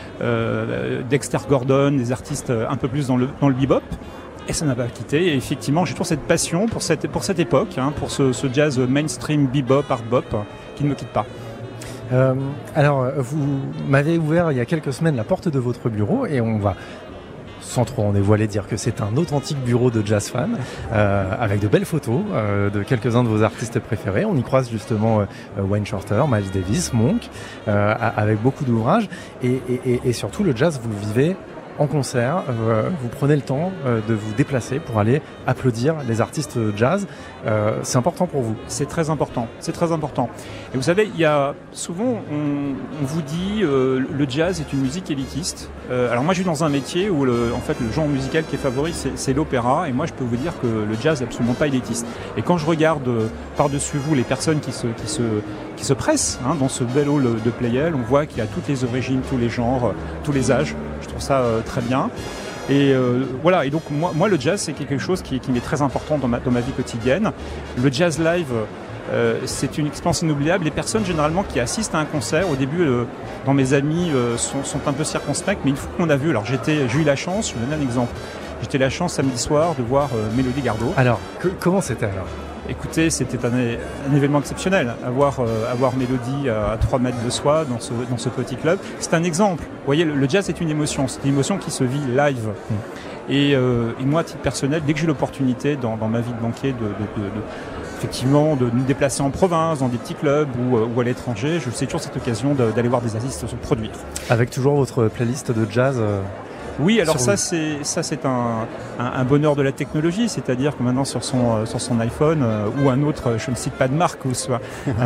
euh, Dexter Gordon, des artistes un peu plus dans le, dans le bebop. Et ça n'a pas quitté. Et effectivement, j'ai toujours cette passion pour cette, pour cette époque, hein, pour ce, ce jazz mainstream bebop, hard bop, qui ne me quitte pas. Euh, alors, vous m'avez ouvert il y a quelques semaines la porte de votre bureau et on va, sans trop en dévoiler, dire que c'est un authentique bureau de jazz fan, euh, avec de belles photos euh, de quelques-uns de vos artistes préférés. On y croise justement euh, Wayne Shorter, Miles Davis, Monk, euh, avec beaucoup d'ouvrages. Et, et, et surtout, le jazz, vous le vivez en concert, euh, vous prenez le temps euh, de vous déplacer pour aller applaudir les artistes jazz. Euh, c'est important pour vous? C'est très important, c'est très important. Et vous savez, il y a souvent, on, on vous dit euh, le jazz est une musique élitiste. Euh, alors moi, je suis dans un métier où le, en fait, le genre musical qui est favori, c'est, c'est l'opéra. Et moi, je peux vous dire que le jazz n'est absolument pas élitiste. Et quand je regarde euh, par-dessus vous les personnes qui se, qui se, qui se pressent hein, dans ce bel hall de Playel, on voit qu'il y a toutes les origines, tous les genres, euh, tous les âges. Je trouve ça euh, très bien. Et euh, voilà. Et donc moi, moi, le jazz, c'est quelque chose qui, qui m'est très important dans ma, dans ma vie quotidienne. Le jazz live, euh, c'est une expérience inoubliable. Les personnes généralement qui assistent à un concert, au début, euh, dans mes amis, euh, sont, sont un peu circonspects, mais une fois qu'on a vu, alors j'étais, j'ai eu la chance, je vais vous donner un exemple. J'étais la chance samedi soir de voir euh, Mélodie Gardot. Alors, que, comment c'était alors? Écoutez, c'était un, un événement exceptionnel. Avoir, euh, avoir Mélodie à trois mètres de soi dans ce, dans ce petit club, c'est un exemple. Vous voyez, le, le jazz est une émotion. C'est une émotion qui se vit live. Mmh. Et, euh, et moi, à titre personnel, dès que j'ai l'opportunité dans, dans ma vie de banquier de, de, de, de effectivement de nous déplacer en province, dans des petits clubs ou, ou à l'étranger, je sais toujours cette occasion de, d'aller voir des artistes se produire. Avec toujours votre playlist de jazz euh... Oui, alors ça c'est ça c'est un, un, un bonheur de la technologie, c'est-à-dire que maintenant sur son euh, sur son iPhone euh, ou un autre, je ne cite pas de marque, ou soit un,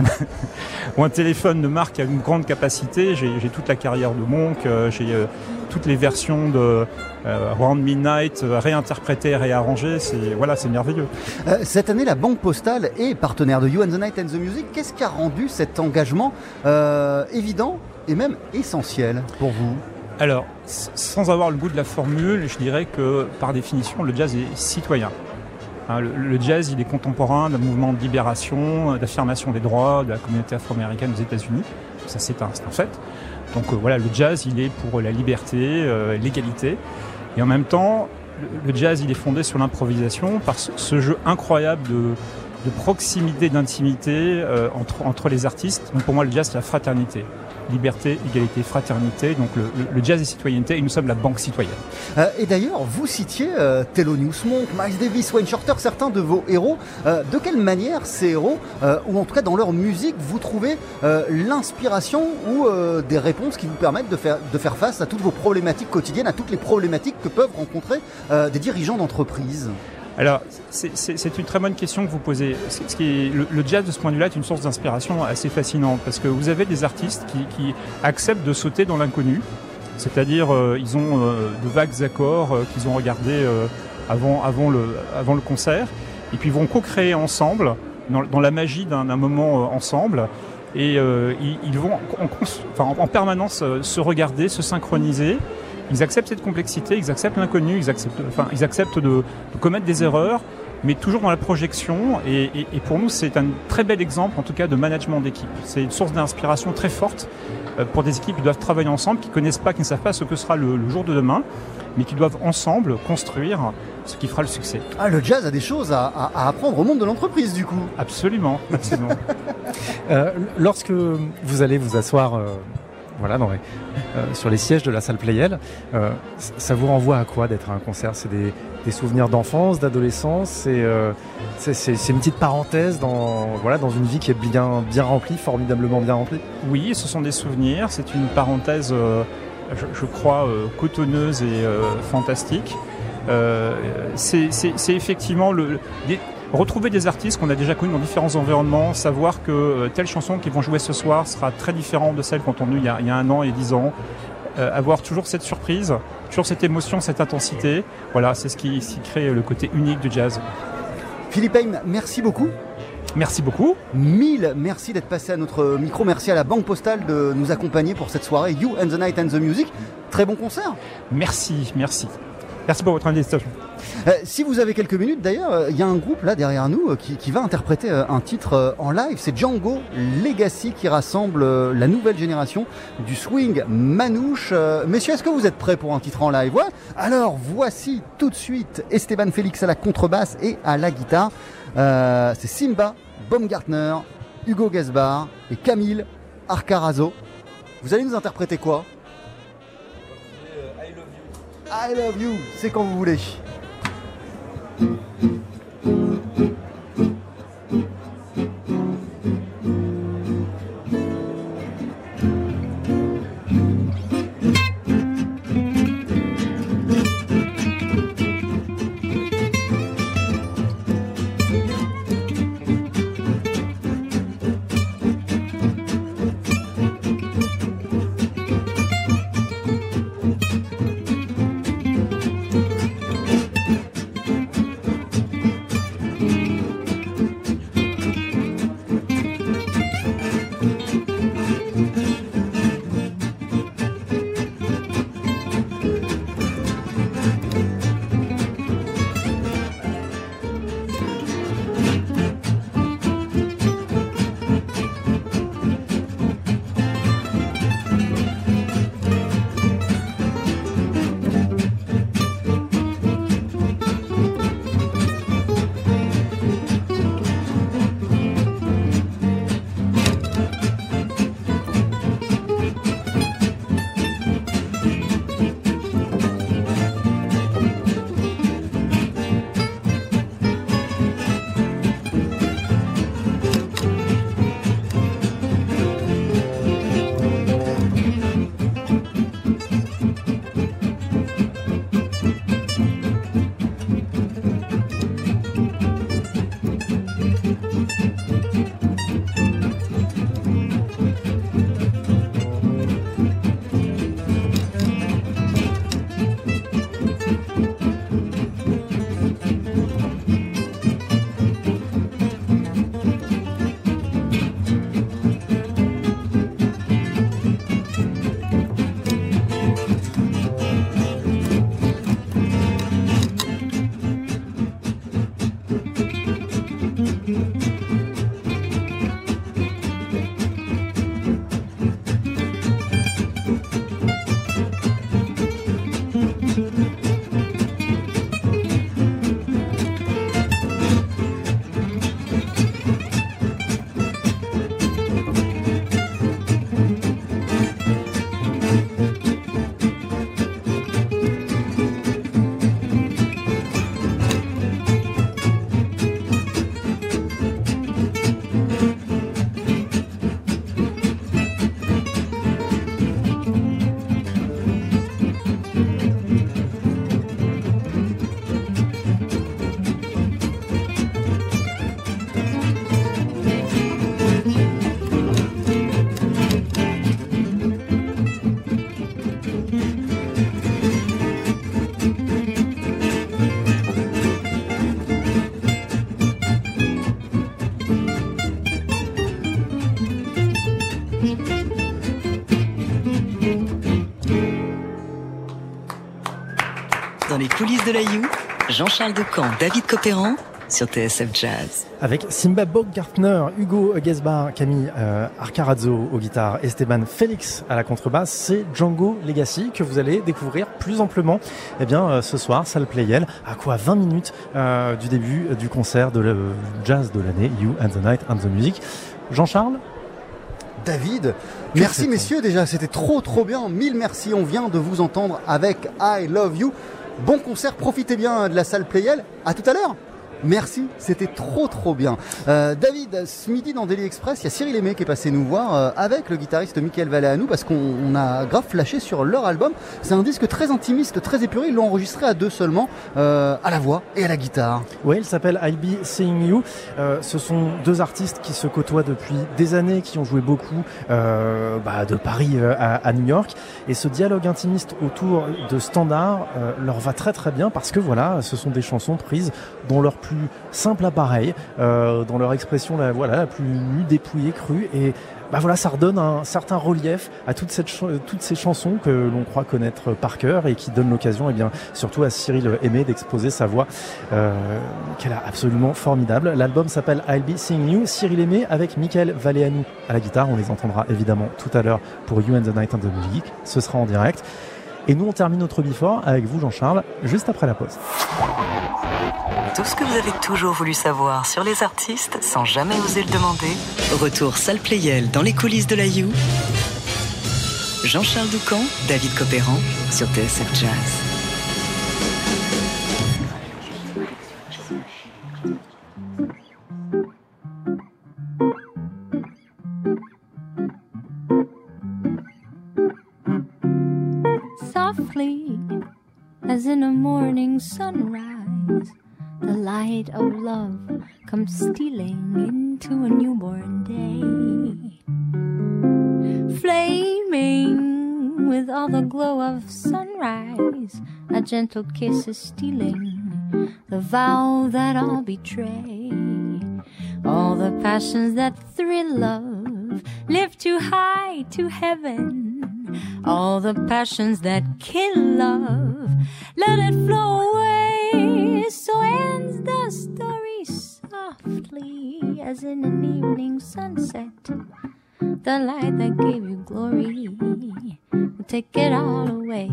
ou un téléphone de marque à une grande capacité, j'ai, j'ai toute la carrière de Monk, euh, j'ai euh, toutes les versions de euh, Round Midnight euh, réinterprétées, réarrangées, c'est voilà, c'est merveilleux. Euh, cette année, la Banque Postale est partenaire de You and the Night and the Music. Qu'est-ce qui a rendu cet engagement euh, évident et même essentiel pour vous? Alors, sans avoir le bout de la formule, je dirais que, par définition, le jazz est citoyen. Hein, le, le jazz, il est contemporain d'un mouvement de libération, d'affirmation des droits de la communauté afro-américaine aux États-Unis. Ça, c'est un, c'est un fait. Donc euh, voilà, le jazz, il est pour la liberté, euh, l'égalité. Et en même temps, le, le jazz, il est fondé sur l'improvisation, par ce, ce jeu incroyable de, de proximité, d'intimité euh, entre, entre les artistes. Donc pour moi, le jazz, c'est la fraternité. liberté, égalité, fraternité. Donc le, le, le jazz et citoyenneté, et nous sommes la banque citoyenne. Euh, et d'ailleurs, vous citiez euh, Thelonious Monk, Miles Davis, Wayne Shorter, certains de vos héros. Euh, de quelle manière ces héros, euh, ou en tout cas dans leur musique, vous trouvez euh, l'inspiration ou euh, des réponses qui vous permettent de faire, de faire face à toutes vos problématiques quotidiennes, à toutes les problématiques que peuvent rencontrer euh, des dirigeants d'entreprise? Alors, c'est, c'est, c'est une très bonne question que vous posez. Ce qui est, le, le jazz, de ce point de vue-là, est une source d'inspiration assez fascinante parce que vous avez des artistes qui, qui acceptent de sauter dans l'inconnu. C'est-à-dire, euh, ils ont euh, de vagues accords euh, qu'ils ont regardés euh, avant, avant, le, avant le concert et puis ils vont co-créer ensemble, dans, dans la magie d'un, d'un moment euh, ensemble. Et euh, ils, ils vont en, en, enfin, en permanence euh, se regarder, se synchroniser. Ils acceptent cette complexité, ils acceptent l'inconnu, ils acceptent, enfin, ils acceptent de, de commettre des erreurs, mais toujours dans la projection. Et, et, et pour nous, c'est un très bel exemple, en tout cas, de management d'équipe. C'est une source d'inspiration très forte euh, pour des équipes qui doivent travailler ensemble, qui connaissent pas, qui ne savent pas ce que sera le, le jour de demain, mais qui doivent ensemble construire ce qui fera le succès. Ah, le jazz a des choses à, à, à apprendre au monde de l'entreprise, du coup. Absolument, absolument. euh, lorsque vous allez vous asseoir... Euh... Voilà, dans les, euh, sur les sièges de la salle Playel, euh, ça vous renvoie à quoi d'être à un concert? C'est des, des souvenirs d'enfance, d'adolescence, c'est, euh, c'est, c'est, c'est une petite parenthèse dans, voilà, dans une vie qui est bien, bien remplie, formidablement bien remplie. Oui, ce sont des souvenirs, c'est une parenthèse, euh, je, je crois, euh, cotonneuse et euh, fantastique. Euh, c'est, c'est, c'est effectivement le... Des, retrouver des artistes qu'on a déjà connus dans différents environnements, savoir que euh, telle chanson qu'ils vont jouer ce soir sera très différente de celle qu'on a entendue il y a, il y a un an et dix ans. Euh, avoir toujours cette surprise, toujours cette émotion, cette intensité. Voilà, c'est ce qui, ce qui crée le côté unique du jazz. Philippe Haim, merci beaucoup. Merci beaucoup. Mille merci d'être passé à notre micro. Merci à la Banque Postale de nous accompagner pour cette soirée You and the Night and the Music. Très bon concert. Merci, merci. Merci pour votre invitation. Euh, si vous avez quelques minutes, d'ailleurs, il euh, y a un groupe là derrière nous euh, qui, qui va interpréter euh, un titre euh, en live. C'est Django Legacy qui rassemble euh, la nouvelle génération du swing manouche. Euh, messieurs, est-ce que vous êtes prêts pour un titre en live? Ouais. Alors voici tout de suite Esteban Félix à la contrebasse et à la guitare. Euh, c'est Simba Baumgartner, Hugo Gasbar et Camille Arcarazo. Vous allez nous interpréter quoi? I love you, c'est quand vous voulez. Dans les coulisses de la You, Jean-Charles Decamp, David Copéran sur T S F Jazz. Avec Simba Bogartner, Hugo Gesbar, Camille euh, Arcarazzo aux guitares, Esteban Félix à la contrebasse, c'est Django Legacy que vous allez découvrir plus amplement eh bien, euh, ce soir, salle Playel, à quoi vingt minutes euh, du début du concert de le jazz de l'année, You and the Night and the Music. Jean-Charles, David, merci messieurs déjà, c'était trop trop bien, mille merci, on vient de vous entendre avec I Love You. Bon concert, profitez bien de la salle Playel, à tout à l'heure. Merci, c'était trop trop bien. Euh, David, ce midi dans Daily Express, il y a Cyril Aimé qui est passé nous voir euh, avec le guitariste Michael Valéanou parce qu'on on a grave flashé sur leur album. C'est un disque très intimiste, très épuré. Ils l'ont enregistré à deux seulement, euh, à la voix et à la guitare. Oui, il s'appelle I'll Be Seeing You. Euh, ce sont deux artistes qui se côtoient depuis des années, qui ont joué beaucoup euh, bah, de Paris à, à New York. Et ce dialogue intimiste autour de standards euh, leur va très très bien parce que voilà, ce sont des chansons prises dont leur plus simple appareil, euh, dans leur expression la, voilà, la plus nue, dépouillée, crue, et bah voilà, ça redonne un certain relief à toute cette ch- toutes ces chansons que l'on croit connaître par cœur et qui donnent l'occasion, et eh bien surtout à Cyril Aimé d'exposer sa voix, euh, qu'elle a absolument formidable. L'album s'appelle I'll Be Seeing You. Cyril Aimé avec Michael Valéanou à la guitare. On les entendra évidemment tout à l'heure pour You and the Night and the Music. Ce sera en direct. Et nous, on termine notre Before avec vous, Jean-Charles, juste après la pause. Tout ce que vous avez toujours voulu savoir sur les artistes sans jamais oser le demander. Retour salle Playel dans les coulisses de la You. Jean-Charles Decamp, David Copéran sur T S F Jazz. Softly, as in a morning sunrise, the light of love comes stealing into a newborn day. Flaming with all the glow of sunrise, a gentle kiss is stealing the vow that I'll betray. All the passions that thrill love lift too high to heaven. All the passions that kill love, let it flow away. So ends the story softly, as in an evening sunset. The light that gave you glory will take it all away.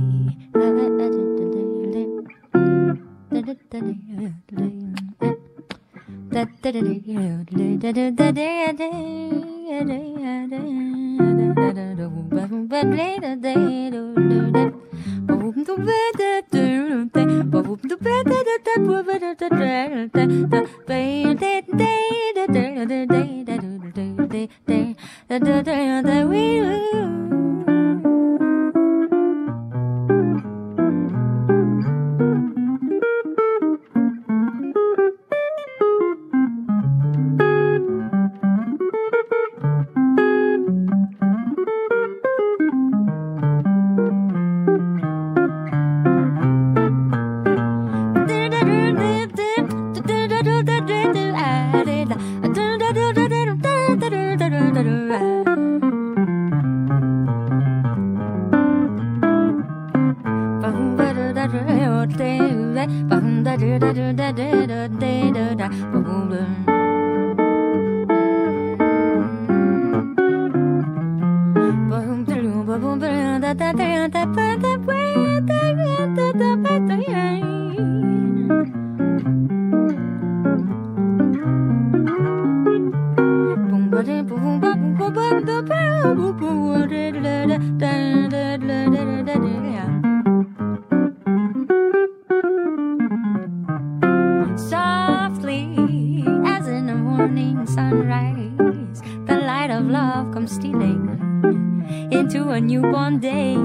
Softly, as in a morning sunrise, the light of love comes stealing into a newborn day.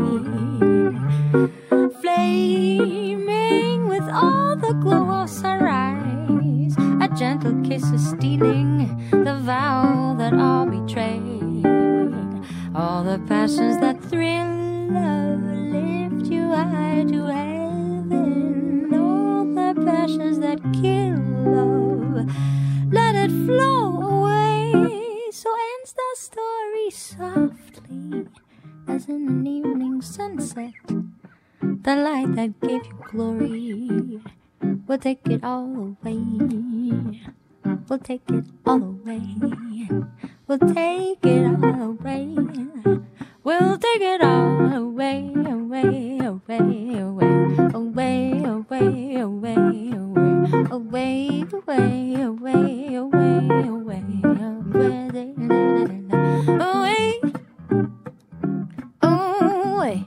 Flaming with all the glow of sunrise, a gentle kiss is stealing the vow that I'll betray. All the passions that thrill love lift you high to heaven. All the passions that kill love, let it flow away. So ends the story softly, as in an evening sunset. the light that gave you glory. We'll take it all away. We'll take it all away. We'll take it all away. We'll take it all away, away, away, away, away, away, away, away, away, away, away, away, away, away, away, away.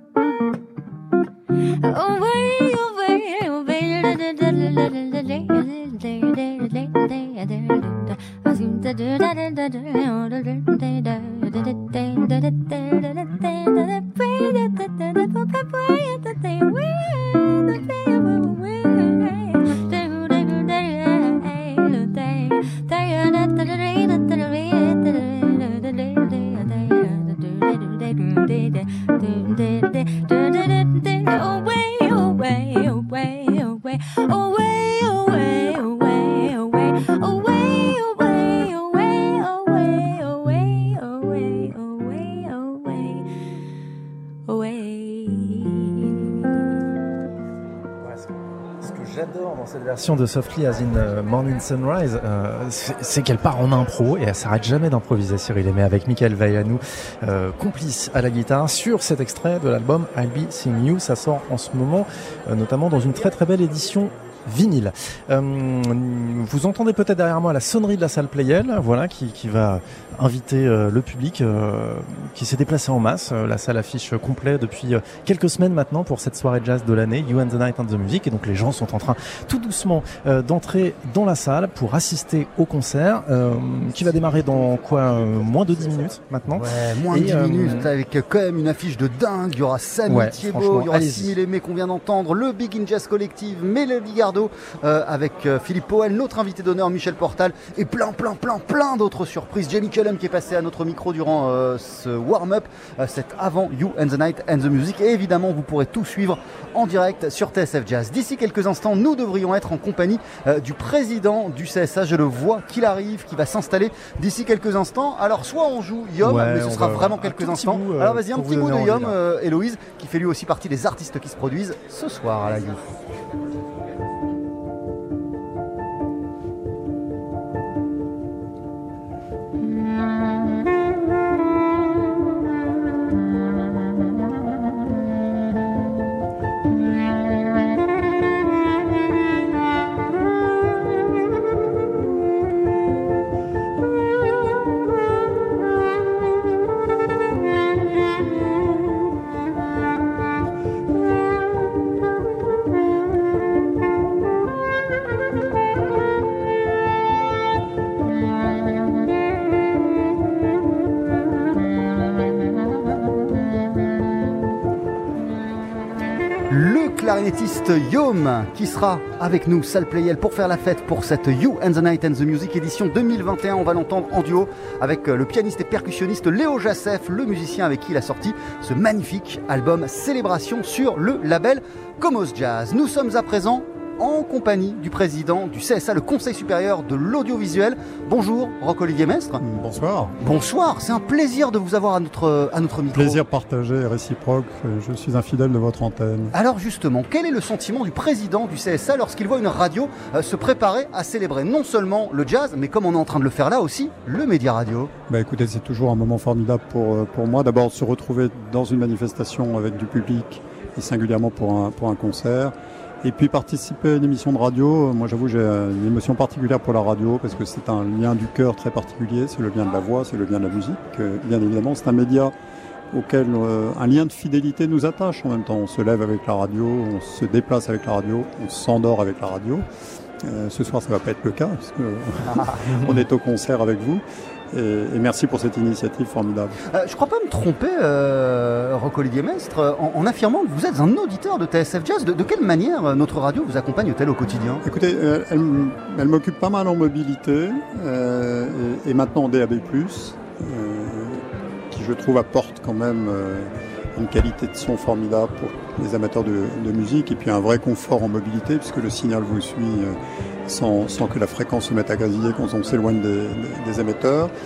Version de Softly as in Morning Sunrise, euh, c'est qu'elle part en impro et elle s'arrête jamais d'improviser. Cyril Aimé avec Michael Vaillanou, euh, complice à la guitare sur cet extrait de l'album I'll Be Seeing You. Ça sort en ce moment, euh, notamment dans une très très belle édition vinyle. Euh, vous entendez peut-être derrière moi la sonnerie de la salle Playel, voilà, qui, qui va inviter euh, le public euh, qui s'est déplacé en masse. Euh, la salle affiche complet depuis euh, quelques semaines maintenant pour cette soirée jazz de l'année, You and the Night and the Music, et donc les gens sont en train tout doucement euh, d'entrer dans la salle pour assister au concert euh, qui va démarrer dans quoi euh, moins de dix minutes maintenant. Ouais, moins de dix euh, minutes avec quand même une affiche de dingue. Il y aura Samy ouais, Thiebaud, il y aura Simil Aimé qu'on vient d'entendre, le Big In Jazz Collective, Mélodie Gardot euh, avec euh, Philippe Powell, notre invité d'honneur Michel Portal, et plein plein plein plein d'autres surprises. Jamie Cullum qui est passé à notre micro durant euh, ce warm-up, euh, cet avant You and the Night and the Music, et évidemment vous pourrez tout suivre en direct sur T S F Jazz. D'ici quelques instants, nous devrions être en compagnie euh, du président du C S A. Je le vois qu'il arrive, qui va s'installer d'ici quelques instants. Alors soit on joue Yom, ouais, mais ce sera vraiment quelques instants. Bout, euh, Alors vas-y, un petit bout de Yom, euh, Héloïse, qui fait lui aussi partie des artistes qui se produisent ce soir à la You. Clarinettiste Yom qui sera avec nous, salle Playel, pour faire la fête pour cette You and the Night and the Music édition deux mille vingt et un. On va l'entendre en duo avec le pianiste et percussionniste Léo Jacef, le musicien avec qui il a sorti ce magnifique album Célébration sur le label Comos Jazz. Nous sommes à présent en compagnie du président du C S A, le Conseil supérieur de l'audiovisuel. Bonjour, Roch-Olivier Mestre. Bonsoir. Bonsoir, c'est un plaisir de vous avoir à notre, à notre micro. Plaisir partagé et réciproque, je suis un fidèle de votre antenne. Alors justement, quel est le sentiment du président du C S A lorsqu'il voit une radio euh, se préparer à célébrer non seulement le jazz, mais comme on est en train de le faire là aussi, le média radio? Bah écoutez, c'est toujours un moment formidable pour, pour moi. D'abord, se retrouver dans une manifestation avec du public, et singulièrement pour un, pour un concert. Et puis participer à une émission de radio, moi j'avoue j'ai une émotion particulière pour la radio parce que c'est un lien du cœur très particulier, c'est le lien de la voix, c'est le lien de la musique, bien évidemment. C'est un média auquel euh, un lien de fidélité nous attache en même temps. On se lève avec la radio, on se déplace avec la radio, on s'endort avec la radio. Euh, ce soir ça ne va pas être le cas parce qu'on est au concert avec vous. Et, et merci pour cette initiative formidable. Euh, je ne crois pas me tromper, euh, Roch-Olivier Mestre, en, en affirmant que vous êtes un auditeur de T S F Jazz. De, de quelle manière notre radio vous accompagne-t-elle au quotidien? Écoutez, euh, elle, elle m'occupe pas mal en mobilité euh, et, et maintenant en D A B plus, euh, qui je trouve apporte quand même euh, une qualité de son formidable pour les amateurs de, de musique et puis un vrai confort en mobilité puisque le signal vous suit euh, sans, sans que la fréquence se mette à grésiller quand on s'éloigne des, des, des émetteurs.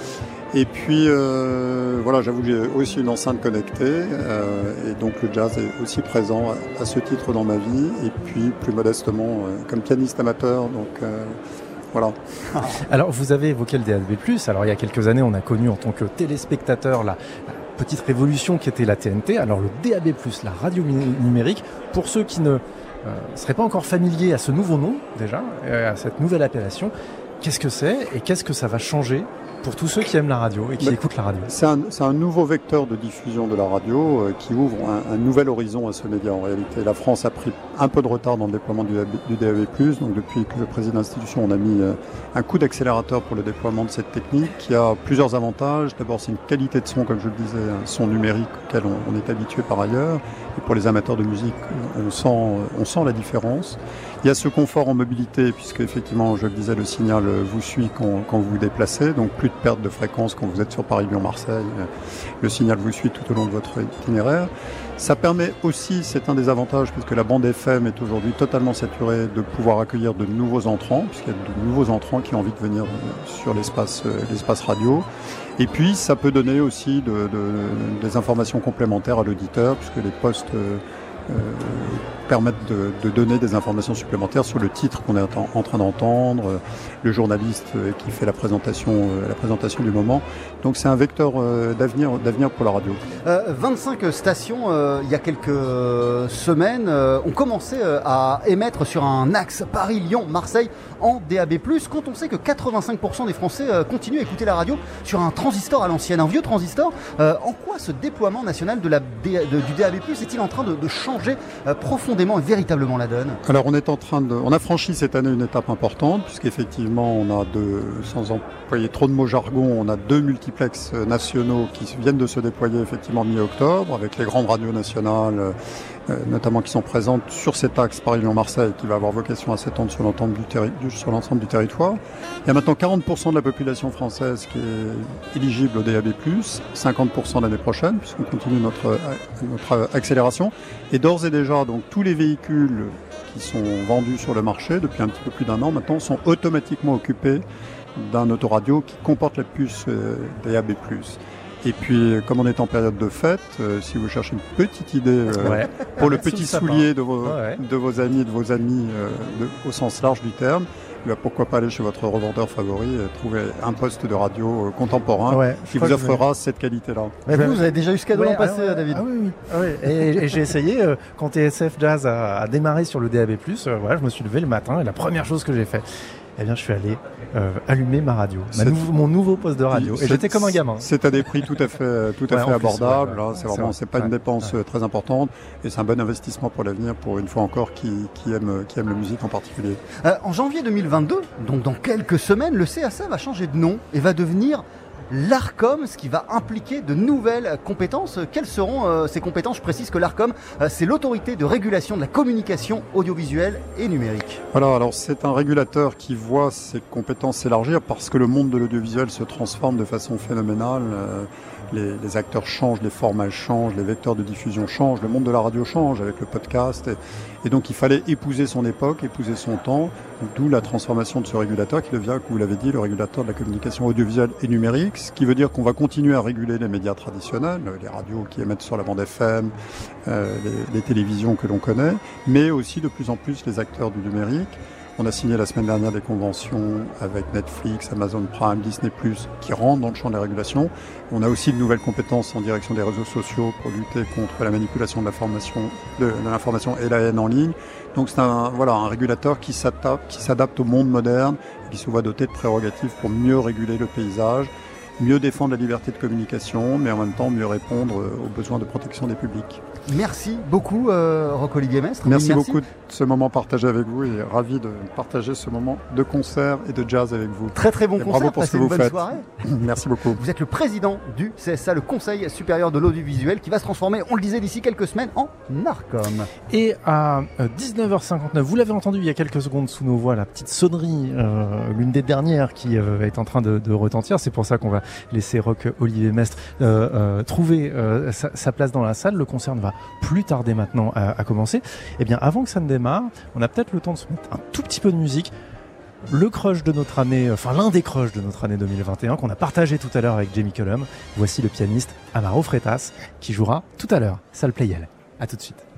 Et puis, euh, voilà, j'avoue que j'ai aussi une enceinte connectée, euh, et donc le jazz est aussi présent à, à ce titre dans ma vie, et puis plus modestement euh, comme pianiste amateur, donc euh, voilà. Alors, vous avez évoqué le D A B plus, alors il y a quelques années, on a connu en tant que téléspectateur la, la petite révolution qui était la T N T, alors le D A B plus, la radio numérique, pour ceux qui ne euh, seraient pas encore familiers à ce nouveau nom, déjà, à cette nouvelle appellation, qu'est-ce que c'est et qu'est-ce que ça va changer pour tous ceux qui aiment la radio et qui bah, écoutent la radio? C'est un, c'est un nouveau vecteur de diffusion de la radio euh, qui ouvre un, un nouvel horizon à ce média en réalité. La France a pris un peu de retard dans le déploiement du, du D A B plus, donc depuis que je préside l'institution, on a mis euh, un coup d'accélérateur pour le déploiement de cette technique qui a plusieurs avantages. D'abord, c'est une qualité de son, comme je le disais, un son numérique auquel on, on est habitué par ailleurs. Et pour les amateurs de musique, on sent, on sent la différence. Il y a ce confort en mobilité, puisque effectivement, je le disais, le signal vous suit quand, quand vous vous déplacez, donc plus de perte de fréquence quand vous êtes sur Paris-Lyon-Marseille, le signal vous suit tout au long de votre itinéraire. Ça permet aussi, c'est un des avantages, puisque la bande F M est aujourd'hui totalement saturée, de pouvoir accueillir de nouveaux entrants, puisqu'il y a de nouveaux entrants qui ont envie de venir sur l'espace, l'espace radio. Et puis, ça peut donner aussi de, de, des informations complémentaires à l'auditeur, puisque les postes euh, euh, permettent de, de donner des informations supplémentaires sur le titre qu'on est en, en train d'entendre, euh, le journaliste euh, qui fait la présentation, euh, la présentation du moment. Donc, c'est un vecteur euh, d'avenir, d'avenir pour la radio. Euh, vingt-cinq stations, euh, il y a quelques semaines, euh, ont commencé euh, à émettre sur un axe Paris-Lyon-Marseille en D A B plus, quand on sait que quatre-vingt-cinq pour cent des Français euh, continuent à écouter la radio sur un transistor à l'ancienne, un vieux transistor. Euh, en quoi ce déploiement national de la D, de, du D A B plus est-il en train de, de changer euh, profondément et véritablement la donne? Alors on est en train de, on a franchi cette année une étape importante, puisqu'effectivement on a deux, sans employer trop de mots jargon, on a deux multiplex nationaux qui viennent de se déployer effectivement mi-octobre, avec les grandes radios nationales, euh, notamment qui sont présentes sur cet axe Paris-Lyon-Marseille, qui va avoir vocation à s'étendre sur l'ensemble du, terri- sur l'ensemble du territoire. Il y a maintenant quarante pour cent de la population française qui est éligible au D A B plus, cinquante pour cent l'année prochaine, puisqu'on continue notre, notre accélération. Et d'ores et déjà, donc tous les véhicules qui sont vendus sur le marché depuis un petit peu plus d'un an maintenant sont automatiquement occupés d'un autoradio qui comporte la puce euh, D A B plus. Et puis, comme on est en période de fête, euh, si vous cherchez une petite idée euh, ouais. pour le petit Sous le soulier de vos, ouais. de vos amis et de vos amis euh, de, au sens large du terme, eh bien, pourquoi pas aller chez votre revendeur favori et trouver un poste de radio euh, contemporain ouais, qui vous offrera cette qualité-là. Mais vous, vous avez déjà eu ce cadeau ouais, l'an passé, ah ouais, David. Ah oui, oui. Ah oui. Et, et j'ai essayé, euh, quand T S F Jazz a, a démarré sur le D A B plus, euh, voilà, je me suis levé le matin et la première chose que j'ai fait, eh bien, je suis allé euh, allumer ma radio, ma nou- mon nouveau poste de radio. Et j'étais comme un gamin. C'est à des prix tout à fait, tout à ouais, fait abordables. Plus, ouais, ouais, c'est ouais, vraiment, c'est, c'est pas ouais, une dépense ouais. très importante et c'est un bon investissement pour l'avenir, pour une fois encore qui, qui aime, qui aime la musique en particulier. Euh, en janvier deux mille vingt-deux, donc dans quelques semaines, le C S A va changer de nom et va devenir l'ARCOM, ce qui va impliquer de nouvelles compétences. Quelles seront euh, ces compétences? Je précise que l'ARCOM, euh, c'est l'autorité de régulation de la communication audiovisuelle et numérique. Voilà, alors c'est un régulateur qui voit ses compétences s'élargir parce que le monde de l'audiovisuel se transforme de façon phénoménale. Euh, les, les acteurs changent, les formats changent, les vecteurs de diffusion changent, le monde de la radio change avec le podcast. Et, et donc il fallait épouser son époque, épouser son temps, d'où la transformation de ce régulateur qui devient, comme vous l'avez dit, le régulateur de la communication audiovisuelle et numérique. Ce qui veut dire qu'on va continuer à réguler les médias traditionnels, les radios qui émettent sur la bande F M, euh, les, les télévisions que l'on connaît, mais aussi de plus en plus les acteurs du numérique. On a signé la semaine dernière des conventions avec Netflix, Amazon Prime, Disney plus, qui rentrent dans le champ des régulations. On a aussi de nouvelles compétences en direction des réseaux sociaux pour lutter contre la manipulation de l'information, de, de l'information et la haine en ligne. Donc c'est un, voilà, un régulateur qui s'adapte, qui s'adapte au monde moderne et qui se voit doté de prérogatives pour mieux réguler le paysage, mieux défendre la liberté de communication, mais en même temps mieux répondre aux besoins de protection des publics. Merci beaucoup, euh, Roch-Olivier Mestre. Merci, Merci beaucoup de ce moment partagé avec vous et ravi de partager ce moment de concert et de jazz avec vous. Très très bon et concert, bravo pour ce que passez vous une bonne faites. soirée. Merci beaucoup. Vous êtes le président du C S A, le Conseil supérieur de l'audiovisuel, qui va se transformer, on le disait d'ici quelques semaines, en ARCOM. Et à dix-neuf heures cinquante-neuf, vous l'avez entendu il y a quelques secondes sous nos voix, la petite sonnerie, euh, l'une des dernières qui euh, est en train de, de retentir. C'est pour ça qu'on va laisser Roch-Olivier Mestre euh, euh, trouver euh, sa, sa place dans la salle. Le concert ne va plus tarder maintenant à, à commencer. Eh bien, avant que ça ne démarre, on a peut-être le temps de se mettre un tout petit peu de musique. le crush de notre année, enfin l'un des crushs de notre année deux mille vingt et un qu'on a partagé tout à l'heure avec Jamie Cullum. Voici le pianiste Amaro Freitas qui jouera tout à l'heure, salle Playel. À tout de suite.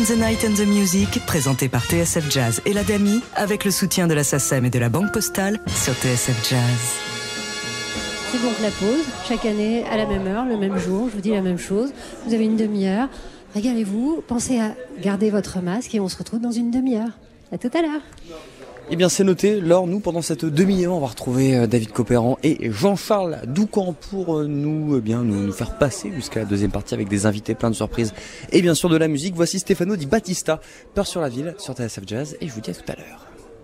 the Night and the Music, présenté par T S F Jazz et la D A M I, avec le soutien de la SACEM et de la Banque Postale sur T S F Jazz. C'est donc la pause, chaque année à la même heure, le même jour, je vous dis la même chose. Vous avez une demi-heure, régalez-vous, pensez à garder votre masque et on se retrouve dans une demi-heure. À tout à l'heure. Eh bien c'est noté, Laure, nous pendant cette demi-heure on va retrouver David Copéran et Jean-Charles Doucan pour nous, eh bien, nous, nous faire passer jusqu'à la deuxième partie avec des invités, plein de surprises et bien sûr de la musique. Voici Stefano Di Battista, Peur sur la ville sur T S F Jazz et je vous dis à tout à l'heure.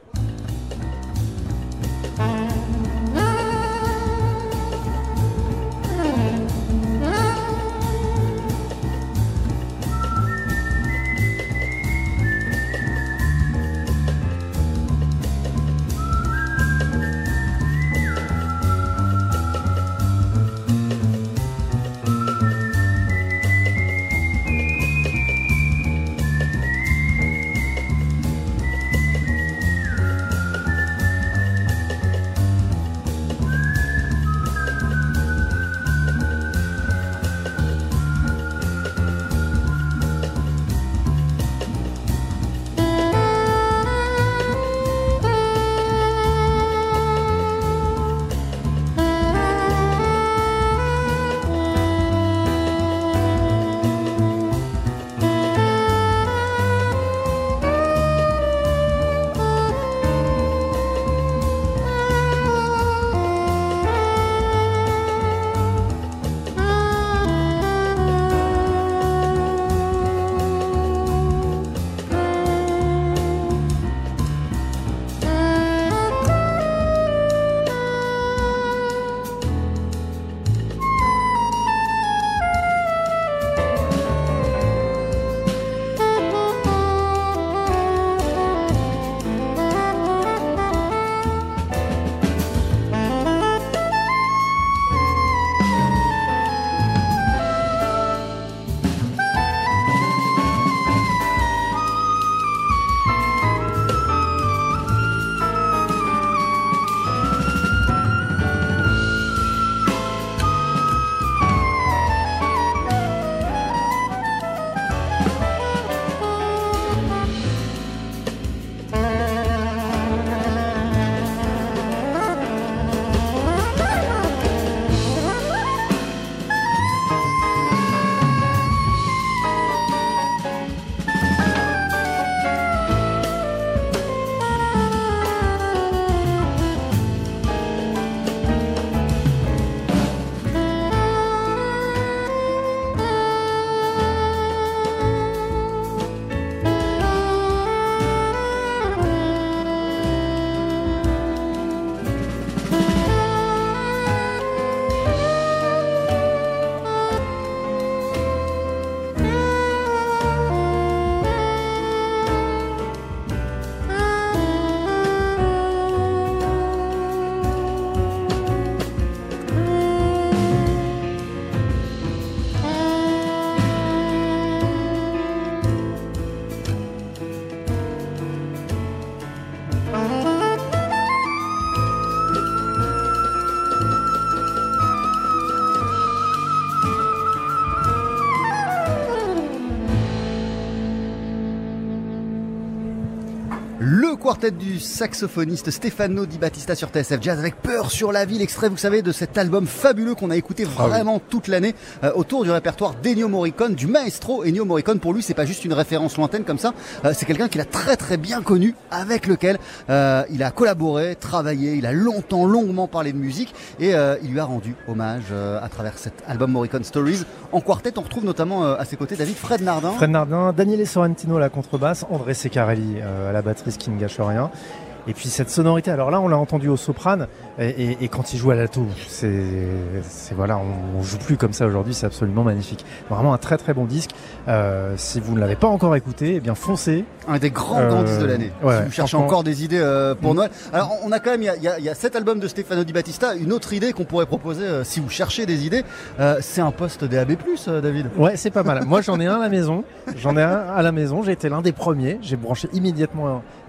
Le quartet du saxophoniste Stefano Di Battista sur T S F Jazz avec Peur sur la ville, extrait vous savez de cet album fabuleux qu'on a écouté vraiment ah oui. toute l'année euh, autour du répertoire d'Ennio Morricone, du maestro Ennio Morricone. Pour lui c'est pas juste une référence lointaine comme ça, euh, c'est quelqu'un qu'il a très très bien connu, avec lequel euh, il a collaboré, travaillé, il a longtemps longuement parlé de musique et euh, il lui a rendu hommage euh, à travers cet album Morricone Stories. En quartet on retrouve notamment euh, à ses côtés David Fred Nardin. Fred Nardin, Daniele Sorrentino à la contrebasse, André Ceccarelli euh, à la batterie, ce qui ne gâche rien. Et puis cette sonorité, alors là on l'a entendu au soprane et, et, et quand il joue à l'alto, c'est, c'est voilà, on, on joue plus comme ça aujourd'hui, c'est absolument magnifique. Vraiment un très très bon disque. Euh, si vous ne l'avez pas encore écouté, eh bien foncez. Un des grands euh, grands disques de l'année. Ouais, si vous cherchez encore... encore des idées euh, pour mmh. Noël. Alors on a quand même, il y a, y, a, y a cet album de Stefano Di Battista, une autre idée qu'on pourrait proposer euh, si vous cherchez des idées, euh, c'est un poste D A B plus, euh, David. Ouais, c'est pas mal. Moi j'en ai un à la maison. J'en ai un à la maison. J'ai été l'un des premiers. J'ai branché immédiatement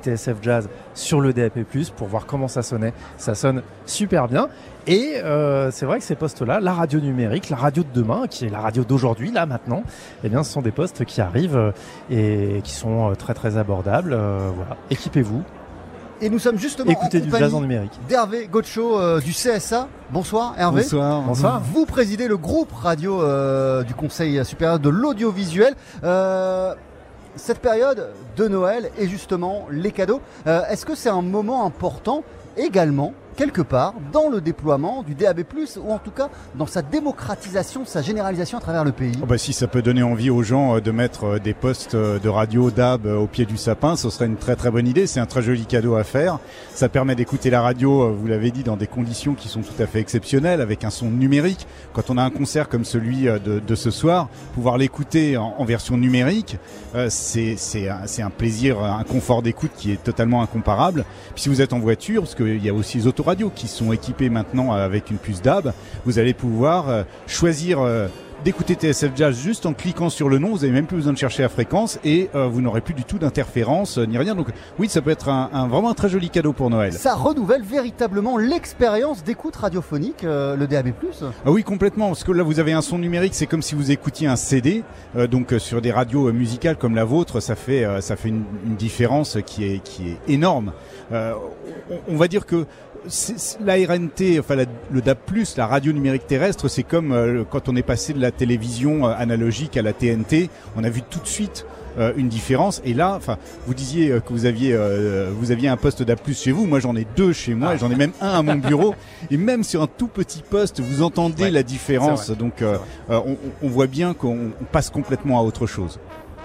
T S F Jazz sur le D A P plus, pour voir comment ça sonnait. Ça sonne super bien. Et euh, c'est vrai que ces postes-là, la radio numérique, la radio de demain, qui est la radio d'aujourd'hui, là maintenant, eh bien, ce sont des postes qui arrivent euh, et qui sont euh, très très abordables. Euh, voilà, équipez-vous. Et nous sommes justement Écoutez en du compagnie jazz en numérique. d'Hervé Gaucho euh, du C S A. Bonsoir Hervé. Bonsoir. Bonsoir. Vous, vous présidez le groupe radio euh, du Conseil supérieur de l'audiovisuel. Euh, cette période de Noël et justement les cadeaux, euh, est-ce que c'est un moment important également quelque part dans le déploiement du D A B plus, ou en tout cas dans sa démocratisation, sa généralisation à travers le pays? Oh bah si ça peut donner envie aux gens de mettre des postes de radio D A B au pied du sapin, ce serait une très très bonne idée. C'est un très joli cadeau à faire. Ça permet d'écouter la radio, vous l'avez dit, dans des conditions qui sont tout à fait exceptionnelles, avec un son numérique. Quand on a un concert comme celui de, de ce soir, pouvoir l'écouter en, en version numérique, euh, c'est, c'est, un, c'est un plaisir, un confort d'écoute qui est totalement incomparable. Puis si vous êtes en voiture, parce qu'il y a aussi les autoradios qui sont équipés maintenant avec une puce D A B, vous allez pouvoir euh, choisir euh, d'écouter T S F Jazz juste en cliquant sur le nom. Vous n'avez même plus besoin de chercher la fréquence et euh, vous n'aurez plus du tout d'interférence euh, ni rien. Donc oui, ça peut être un, un, vraiment un très joli cadeau pour Noël. Ça renouvelle véritablement l'expérience d'écoute radiophonique, euh, le D A B plus. Ah oui, complètement, parce que là vous avez un son numérique, c'est comme si vous écoutiez un C D. Euh, donc euh, sur des radios euh, musicales comme la vôtre, ça fait euh, ça fait une, une différence qui est qui est énorme. Euh, on, on va dire que c'est, c'est la R N T, enfin la, le D A B plus, la radio numérique terrestre, c'est comme euh, quand on est passé de la télévision euh, analogique à la T N T, on a vu tout de suite euh, une différence. Et là, enfin, vous disiez euh, que vous aviez euh, vous aviez un poste D A B plus chez vous. Moi, j'en ai deux chez moi, ah. et j'en ai même un à mon bureau. Et même sur un tout petit poste, vous entendez ouais, la différence. Donc, euh, euh, on, on voit bien qu'on on passe complètement à autre chose.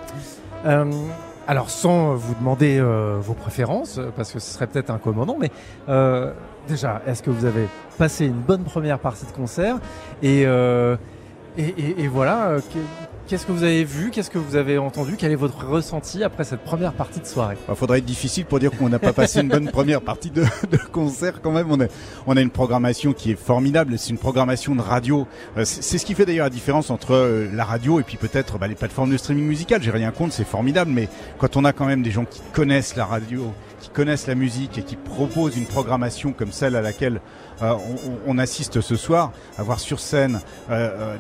Euh... Alors, sans vous demander euh, vos préférences, parce que ce serait peut-être incommodant, mais euh, déjà, est-ce que vous avez passé une bonne première partie de concert et, euh, et, et, et voilà, euh, qu'est-ce que vous avez vu, qu'est-ce que vous avez entendu, quel est votre ressenti après cette première partie de soirée? Il bah, faudrait être difficile pour dire qu'on n'a pas passé une bonne première partie de, de concert quand même. On a, on a une programmation qui est formidable, c'est une programmation de radio. Euh, c'est, c'est ce qui fait d'ailleurs la différence entre euh, la radio et puis peut-être bah, les plateformes de streaming musical. J'ai rien contre, c'est formidable, mais quand on a quand même des gens qui connaissent la radio, qui connaissent la musique et qui proposent une programmation comme celle à laquelle euh, on, on assiste ce soir, avoir sur scène euh, euh,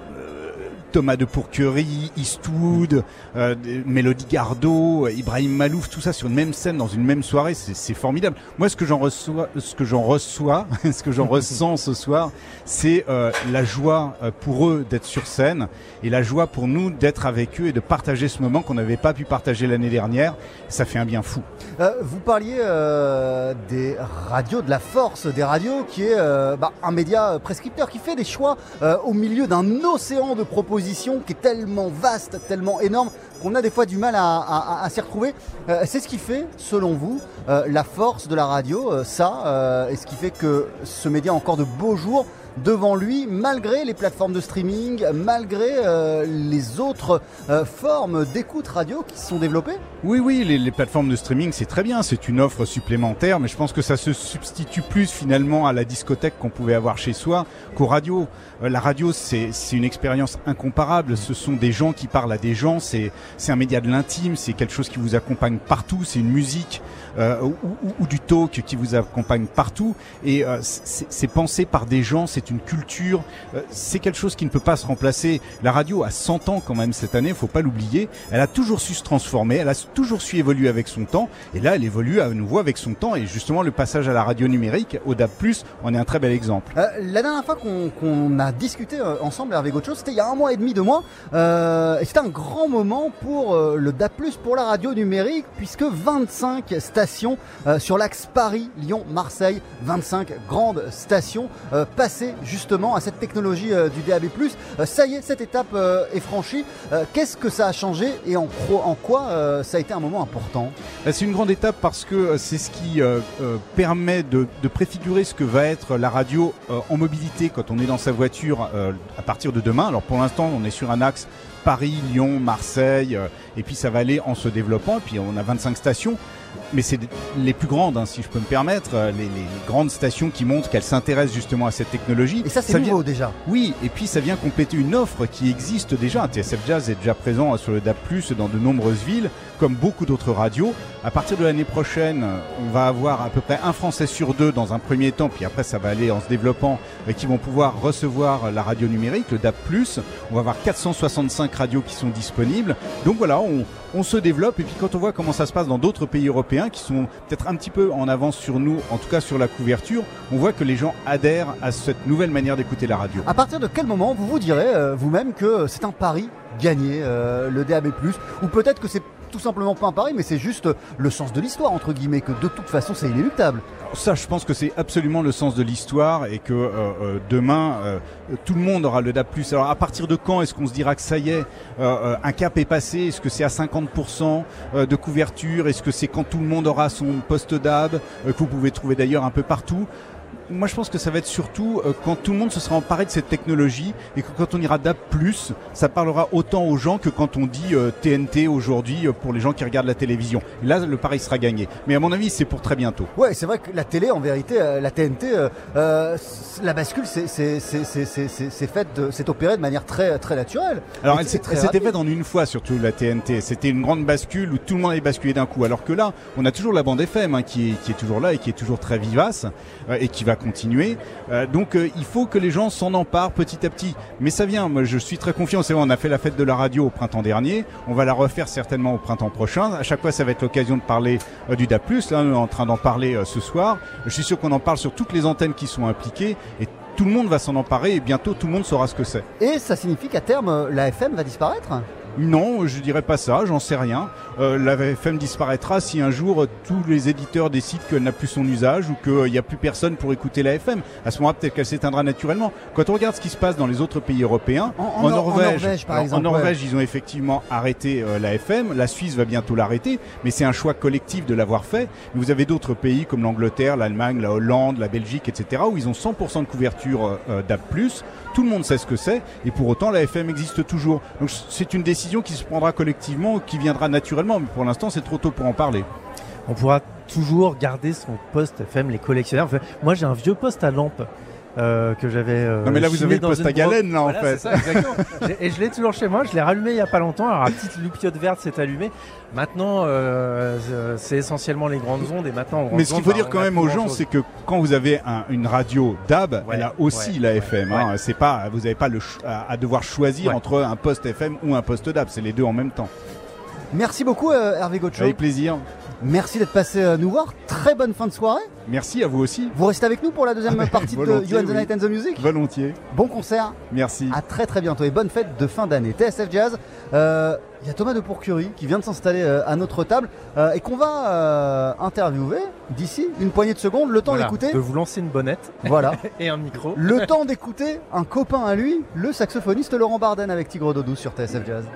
Thomas de Pourquerie, Eastwood, euh, Mélodie Gardot, Ibrahim Malouf, tout ça sur une même scène, dans une même soirée, c'est, c'est formidable. Moi, ce que j'en reçois, ce que j'en reçois, ce que j'en ressens ce soir, c'est euh, la joie pour eux d'être sur scène et la joie pour nous d'être avec eux et de partager ce moment qu'on n'avait pas pu partager l'année dernière. Ça fait un bien fou. Euh, vous parliez euh, des radios, de la force des radios, qui est euh, bah, un média prescripteur qui fait des choix euh, au milieu d'un océan de propositions qui est tellement vaste, tellement énorme, qu'on a des fois du mal à, à, à s'y retrouver. Euh, c'est ce qui fait, selon vous, euh, la force de la radio, euh, ça, euh, et ce qui fait que ce média a encore de beaux jours devant lui, malgré les plateformes de streaming, malgré euh, les autres euh, formes d'écoute radio qui se sont développées? Oui, oui, les, les plateformes de streaming, c'est très bien, c'est une offre supplémentaire, mais je pense que ça se substitue plus finalement à la discothèque qu'on pouvait avoir chez soi qu'aux radios. Euh, la radio, c'est, c'est une expérience incomparable, ce sont des gens qui parlent à des gens, c'est, c'est un média de l'intime, c'est quelque chose qui vous accompagne partout, c'est une musique euh, ou, ou, ou du talk qui vous accompagne partout, et euh, c'est, c'est pensé par des gens, c'est une culture, euh, c'est quelque chose qui ne peut pas se remplacer. La radio a cent ans quand même cette année, faut pas l'oublier, elle a toujours su se transformer, elle a toujours su évoluer avec son temps, et là elle évolue à nouveau avec son temps, et justement le passage à la radio numérique, au D A B plus, en est un très bel exemple. Euh, la dernière fois qu'on, qu'on a discuté euh, ensemble avec autre chose, c'était il y a un mois et demi, deux mois, euh, et c'était un grand moment pour euh, le D A B plus, pour la radio numérique, puisque vingt-cinq stations euh, sur l'axe Paris-Lyon-Marseille, vingt-cinq grandes stations euh, passées justement à cette technologie euh, du D A B plus. Euh, ça y est, cette étape euh, est franchie. Euh, qu'est-ce que ça a changé et en, en quoi euh, ça a été un moment important? C'est une grande étape parce que c'est ce qui euh, euh, permet de, de préfigurer ce que va être la radio euh, en mobilité quand on est dans sa voiture euh, à partir de demain. Alors pour l'instant, on est sur un axe Paris, Lyon, Marseille, euh, et puis ça va aller en se développant. Et puis on a vingt-cinq stations. Mais c'est les plus grandes, hein, si je peux me permettre, les, les, les grandes stations qui montrent qu'elles s'intéressent justement à cette technologie. Et ça, c'est ça nouveau vient... déjà. Oui, et puis ça vient compléter une offre qui existe déjà. T S F Jazz est déjà présent sur le D A B plus, dans de nombreuses villes. comme beaucoup d'autres radios. À partir de l'année prochaine, on va avoir à peu près un Français sur deux dans un premier temps, puis après ça va aller en se développant, et qui vont pouvoir recevoir la radio numérique, le D A B plus. On va avoir quatre cent soixante-cinq radios qui sont disponibles. Donc voilà, on, on se développe, et puis quand on voit comment ça se passe dans d'autres pays européens qui sont peut-être un petit peu en avance sur nous, en tout cas sur la couverture, on voit que les gens adhèrent à cette nouvelle manière d'écouter la radio. À partir de quel moment vous vous direz euh, vous-même que c'est un pari gagné, euh, le D A B plus, ou peut-être que c'est tout simplement pas un pari, mais c'est juste le sens de l'histoire, entre guillemets, que de toute façon c'est inéluctable. Alors ça, je pense que c'est absolument le sens de l'histoire, et que euh, euh, demain, euh, tout le monde aura le D A B plus. Alors à partir de quand est-ce qu'on se dira que ça y est, euh, un cap est passé? Est-ce que c'est à cinquante pour cent de couverture? Est-ce que c'est quand tout le monde aura son poste D A B, euh, que vous pouvez trouver d'ailleurs un peu partout? Moi, je pense que ça va être surtout euh, quand tout le monde se sera emparé de cette technologie, et que quand on ira D A B plus, ça parlera autant aux gens que quand on dit euh, T N T aujourd'hui euh, pour les gens qui regardent la télévision. Et là, le pari sera gagné. Mais à mon avis, c'est pour très bientôt. Ouais, c'est vrai que la télé, en vérité, euh, la T N T, euh, euh, la bascule, c'est c'est c'est c'est c'est c'est fait, de, c'est opéré de manière très très naturelle. Alors, Et elle, c'est très elle s'était rapide. faite en une fois, surtout la T N T. C'était une grande bascule où tout le monde avait basculé d'un coup. Alors que là, on a toujours la bande F M hein, qui, est, qui est toujours là et qui est toujours très vivace euh, et qui va continuer. Euh, donc euh, il faut que les gens s'en emparent petit à petit. Mais ça vient, moi je suis très confiant. C'est vrai, on a fait la fête de la radio au printemps dernier. On va la refaire certainement au printemps prochain. À chaque fois, ça va être l'occasion de parler euh, du D A B plus. Là, on est en train d'en parler euh, ce soir. Je suis sûr qu'on en parle sur toutes les antennes qui sont impliquées. Et tout le monde va s'en emparer et bientôt tout le monde saura ce que c'est. Et ça signifie qu'à terme, la F M va disparaître ? Non, je dirais pas ça, j'en sais rien. Euh, la F M disparaîtra si un jour euh, tous les éditeurs décident qu'elle n'a plus son usage ou qu'il n'y a plus personne pour écouter la F M. À ce moment-là, peut-être qu'elle s'éteindra naturellement. Quand on regarde ce qui se passe dans les autres pays européens, En- en en, Nor- en Norvège, Norvège, par alors, exemple, en Norvège, ouais. ils ont effectivement arrêté euh, la F M. La Suisse va bientôt l'arrêter, mais c'est un choix collectif de l'avoir fait. Mais vous avez d'autres pays comme l'Angleterre, l'Allemagne, la Hollande, la Belgique, et cetera, où ils ont cent pour cent de couverture euh, D A B plus. Tout le monde sait ce que c'est, et pour autant la F M existe toujours. Donc c'est une décision qui se prendra collectivement, qui viendra naturellement, mais pour l'instant c'est trop tôt pour en parler. On pourra toujours garder son poste F M, les collectionneurs. Enfin, moi j'ai un vieux poste à lampe. Euh, que j'avais euh, Non, mais là, vous chiné avez le dans poste une à galène, broc- là, en Voilà, fait. c'est ça, exactement. J'ai- et je l'ai toujours chez moi, je l'ai rallumé il y a pas longtemps. Alors la petite loupiote verte s'est allumée. Maintenant euh, euh, c'est essentiellement les grandes ondes, et maintenant en grandes Mais ce qu'il ondes, faut bah, dire on quand a même plus aux gens, grand-chose. c'est que quand vous avez un- une radio D A B, Ouais, elle a aussi ouais, la F M. Hein. C'est pas, vous n'avez pas le ch- à, à devoir choisir Ouais. entre un poste F M ou un poste D A B. C'est les deux en même temps. Merci beaucoup euh, Hervé Gaucho. Avec plaisir. Merci d'être passé euh, nous voir. Très bonne fin de soirée. Merci à vous aussi. Vous restez avec nous pour la deuxième partie de Volontiers, You and the oui. Night and the Music. Volontiers. Bon concert. Merci. À très très bientôt et bonne fête de fin d'année. T S F Jazz. Euh, Il y a Thomas de Pourcurie qui vient de s'installer euh, à notre table euh, et qu'on va euh, interviewer d'ici une poignée de secondes. Le temps Voilà, d'écouter. de vous lancer une bonnette. Voilà. Et un micro. Le temps d'écouter un copain à lui, le saxophoniste Laurent Barden avec Tigre d'eau douce sur T S F Jazz.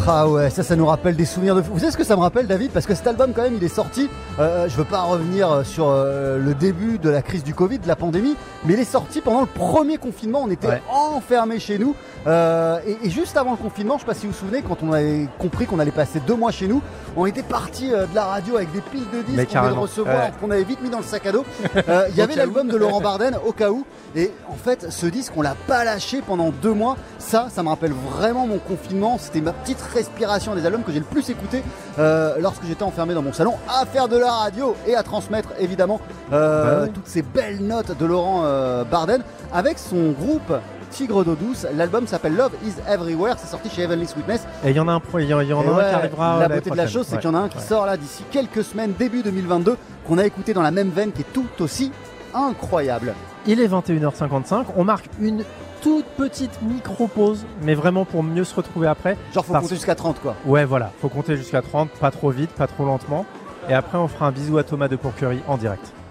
Ah ouais, ça, ça nous rappelle des souvenirs de fou. Vous savez ce que ça me rappelle, David? Parce que cet album, quand même, il est sorti. Euh, je veux pas revenir sur euh, le début de la crise du Covid, de la pandémie, mais il est sorti pendant le premier confinement. On était ouais. enfermés chez nous. Euh, et, et juste avant le confinement, je sais pas si vous vous souvenez, quand on avait compris qu'on allait passer deux mois chez nous, on était parti euh, de la radio avec des piles de disques qu'on devait recevoir, ouais. qu'on avait vite mis dans le sac à dos. Euh, il y avait l'album de Laurent Barden, Au cas où. Et en fait, ce disque, on l'a pas lâché pendant deux mois. Ça, ça me rappelle vraiment mon confinement. C'était ma petite respiration des albums que j'ai le plus écouté euh, lorsque j'étais enfermé dans mon salon à faire de la radio et à transmettre évidemment euh, bah oui. toutes ces belles notes de Laurent euh, Barden avec son groupe Tigre d'eau douce. L'album s'appelle Love is Everywhere, c'est sorti chez Heavenly Sweetness. Et il y en a un, il y en a un ouais, qui arrivera. La beauté de la chose, c'est ouais. qu'il y en a un qui ouais. sort là d'ici quelques semaines, début deux mille vingt-deux, qu'on a écouté dans la même veine, qui est tout aussi incroyable. Il est vingt et une heures cinquante-cinq, on marque une toute petite micro-pause, mais vraiment pour mieux se retrouver après. Genre faut compter jusqu'à trente quoi. Ouais voilà, faut compter jusqu'à trente, pas trop vite, pas trop lentement. Et après on fera un bisou à Thomas de Pourquerie en direct.